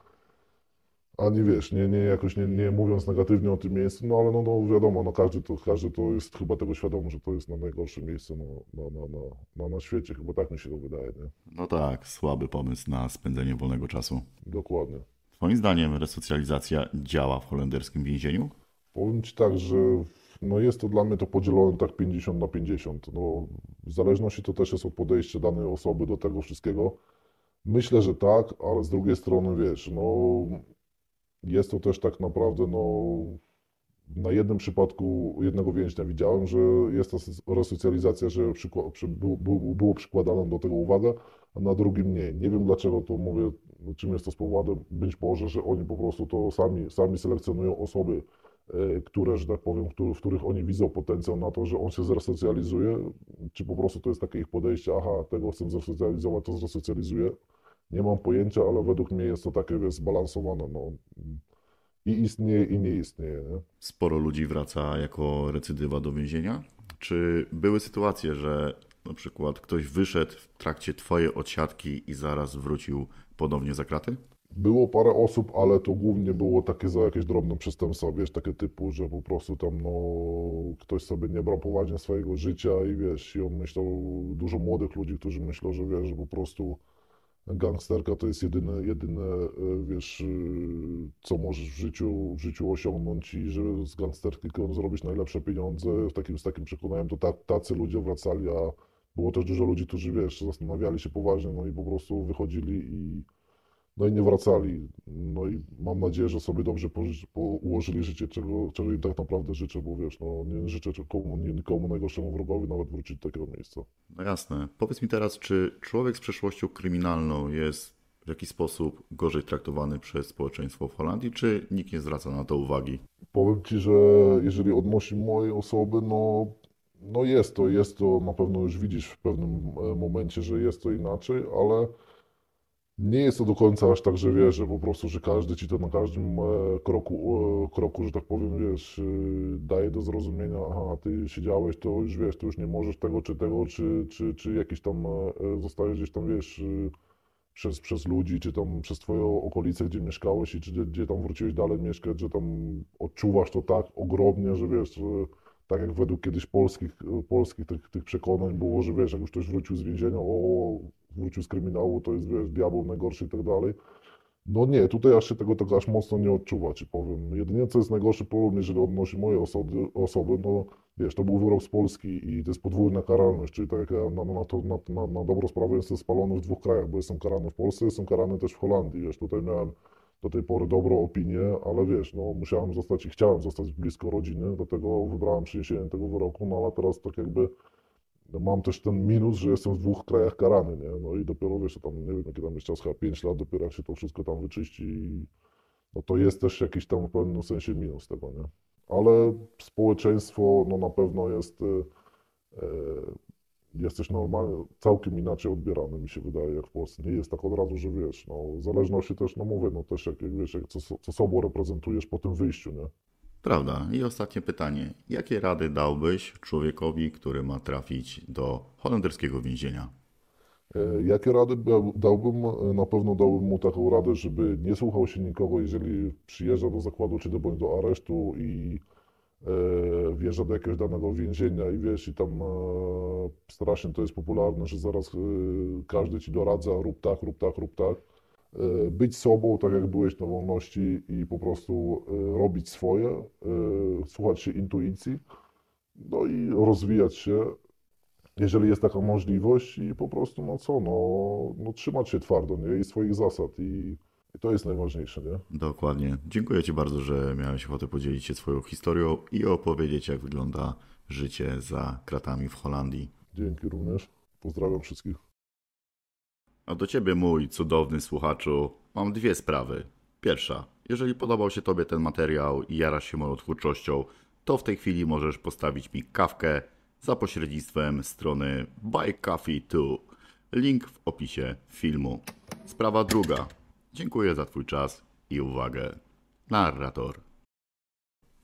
ani wiesz, nie, nie jakoś nie, nie mówiąc negatywnie o tym miejscu, no ale no, no wiadomo, no każdy to, każdy to jest chyba tego świadomy, że to jest na najgorsze miejsce na, na, na, na, na, na świecie, chyba tak mi się to wydaje, nie? No tak, słaby pomysł na spędzenie wolnego czasu. Dokładnie. Twoim zdaniem resocjalizacja działa w holenderskim więzieniu? Powiem Ci tak, że no jest to dla mnie to podzielone tak pięćdziesiąt na pięćdziesiąt. No, w zależności to też jest od podejścia danej osoby do tego wszystkiego. Myślę, że tak, ale z drugiej strony wiesz, no jest to też tak naprawdę, no na jednym przypadku jednego więźnia widziałem, że jest to resocjalizacja, że przykła- przy, było, było było przykładana do tego uwaga, a na drugim nie. Nie wiem dlaczego to mówię, no, czym jest to spowodowane. Być może, że oni po prostu to sami, sami selekcjonują osoby, e, które, że tak powiem, któr- w których oni widzą potencjał na to, że on się zresocjalizuje, czy po prostu to jest takie ich podejście, aha, tego chcę zresocjalizować, to zresocjalizuję. Nie mam pojęcia, ale według mnie jest to takie, wiesz, zbalansowane, no. I istnieje, i nie istnieje, nie? Sporo ludzi wraca jako recydywa do więzienia? Czy były sytuacje, że na przykład ktoś wyszedł w trakcie Twojej odsiadki i zaraz wrócił ponownie za kraty? Było parę osób, ale to głównie było takie za jakieś drobne przestępstwa, wiesz, takie typu, że po prostu tam, no, ktoś sobie nie brał poważnie swojego życia i wiesz, i on myślał, dużo młodych ludzi, którzy myślą, że wiesz, że po prostu gangsterka to jest jedyne, jedyne, e, wiesz, e, co możesz w życiu, w życiu osiągnąć i że z gangsterki zrobić najlepsze pieniądze, w takim, z takim przekonaniem, to tak, tacy ludzie wracali, a było też dużo ludzi, którzy, wiesz, zastanawiali się poważnie, no i po prostu wychodzili i no i nie wracali. No i mam nadzieję, że sobie dobrze poży- po, ułożyli życie, czego, czego im tak naprawdę życzę, bo wiesz, no nie życzę komu, nie, nikomu najgorszemu wrogowi nawet wrócić do takiego miejsca. No jasne. Powiedz mi teraz, czy człowiek z przeszłością kryminalną jest w jakiś sposób gorzej traktowany przez społeczeństwo w Holandii, czy nikt nie zwraca na to uwagi? Powiem Ci, że jeżeli odnosi mojej osoby, no, no jest to, jest to, na pewno już widzisz w pewnym e, momencie, że jest to inaczej, ale nie jest to do końca aż tak, że wiesz, że po prostu, że każdy Ci to na każdym e, kroku, e, kroku, że tak powiem, wiesz, e, daje do zrozumienia, aha, Ty siedziałeś, to już wiesz, to już nie możesz tego czy tego, czy, czy, czy jakiś tam e, zostajesz gdzieś tam, wiesz, e, przez, przez ludzi, czy tam przez Twoją okolicę, gdzie mieszkałeś i czy gdzie, gdzie tam wróciłeś dalej mieszkać, że tam odczuwasz to tak ogromnie, że wiesz, że tak jak według kiedyś polskich, polskich tych, tych przekonań było, że wiesz, jak już ktoś wrócił z więzienia, o, wrócił z kryminału, to jest, wiesz, diabeł najgorszy i tak dalej. No nie, tutaj aż się tego tak aż mocno nie odczuwa, ci powiem. Jedynie co jest najgorszy problem, jeżeli odnosi moje osoby, osoby, no wiesz, to był wyrok z Polski i to jest podwójna karalność, czyli tak jak ja na, na, to, na, na, na dobrą sprawę jestem spalony w dwóch krajach, bo jestem karany w Polsce, jestem karany też w Holandii, wiesz, tutaj miałem do tej pory dobrą opinię, ale wiesz, no musiałem zostać i chciałem zostać blisko rodziny, dlatego wybrałem przyniesienie tego wyroku, no ale teraz tak jakby no, mam też ten minus, że jestem w dwóch krajach karany, nie? No i dopiero wiesz, to tam nie wiem, jaki tam jest czas, chyba pięć lat, dopiero jak się to wszystko tam wyczyści, i no to jest też jakiś tam w pewnym sensie minus tego, nie? Ale społeczeństwo, no na pewno jest, e, e, jest też normalnie, całkiem inaczej odbierane, mi się wydaje, jak w Polsce. Nie jest tak od razu, że wiesz, no w zależności też, no mówię, no też jak, jak wiesz, jak co, co sobą reprezentujesz po tym wyjściu, nie? Prawda. I ostatnie pytanie. Jakie rady dałbyś człowiekowi, który ma trafić do holenderskiego więzienia? E, Jakie rady dał- dałbym? E, Na pewno dałbym mu taką radę, żeby nie słuchał się nikogo, jeżeli przyjeżdża do zakładu czy do, bądź do aresztu i e, wjeżdża do jakiegoś danego więzienia i wiesz, i tam e, strasznie to jest popularne, że zaraz e, każdy ci doradza, rób tak, rób tak, rób tak. E, być sobą, tak jak byłeś na wolności i po prostu e, robić swoje, e, słuchać się intuicji, no i rozwijać się, jeżeli jest taka możliwość i po prostu, no co, no, no trzymać się twardo, nie? I swoich zasad i, i to jest najważniejsze, nie? Dokładnie. Dziękuję Ci bardzo, że miałeś ochotę podzielić się swoją historią i opowiedzieć, jak wygląda życie za kratami w Holandii. Dzięki również. Pozdrawiam wszystkich. A do Ciebie, mój cudowny słuchaczu, mam dwie sprawy. Pierwsza, jeżeli podobał się Tobie ten materiał i jarasz się moją twórczością, to w tej chwili możesz postawić mi kawkę za pośrednictwem strony Buy Coffee two. Link w opisie filmu. Sprawa druga. Dziękuję za Twój czas i uwagę. Narrator.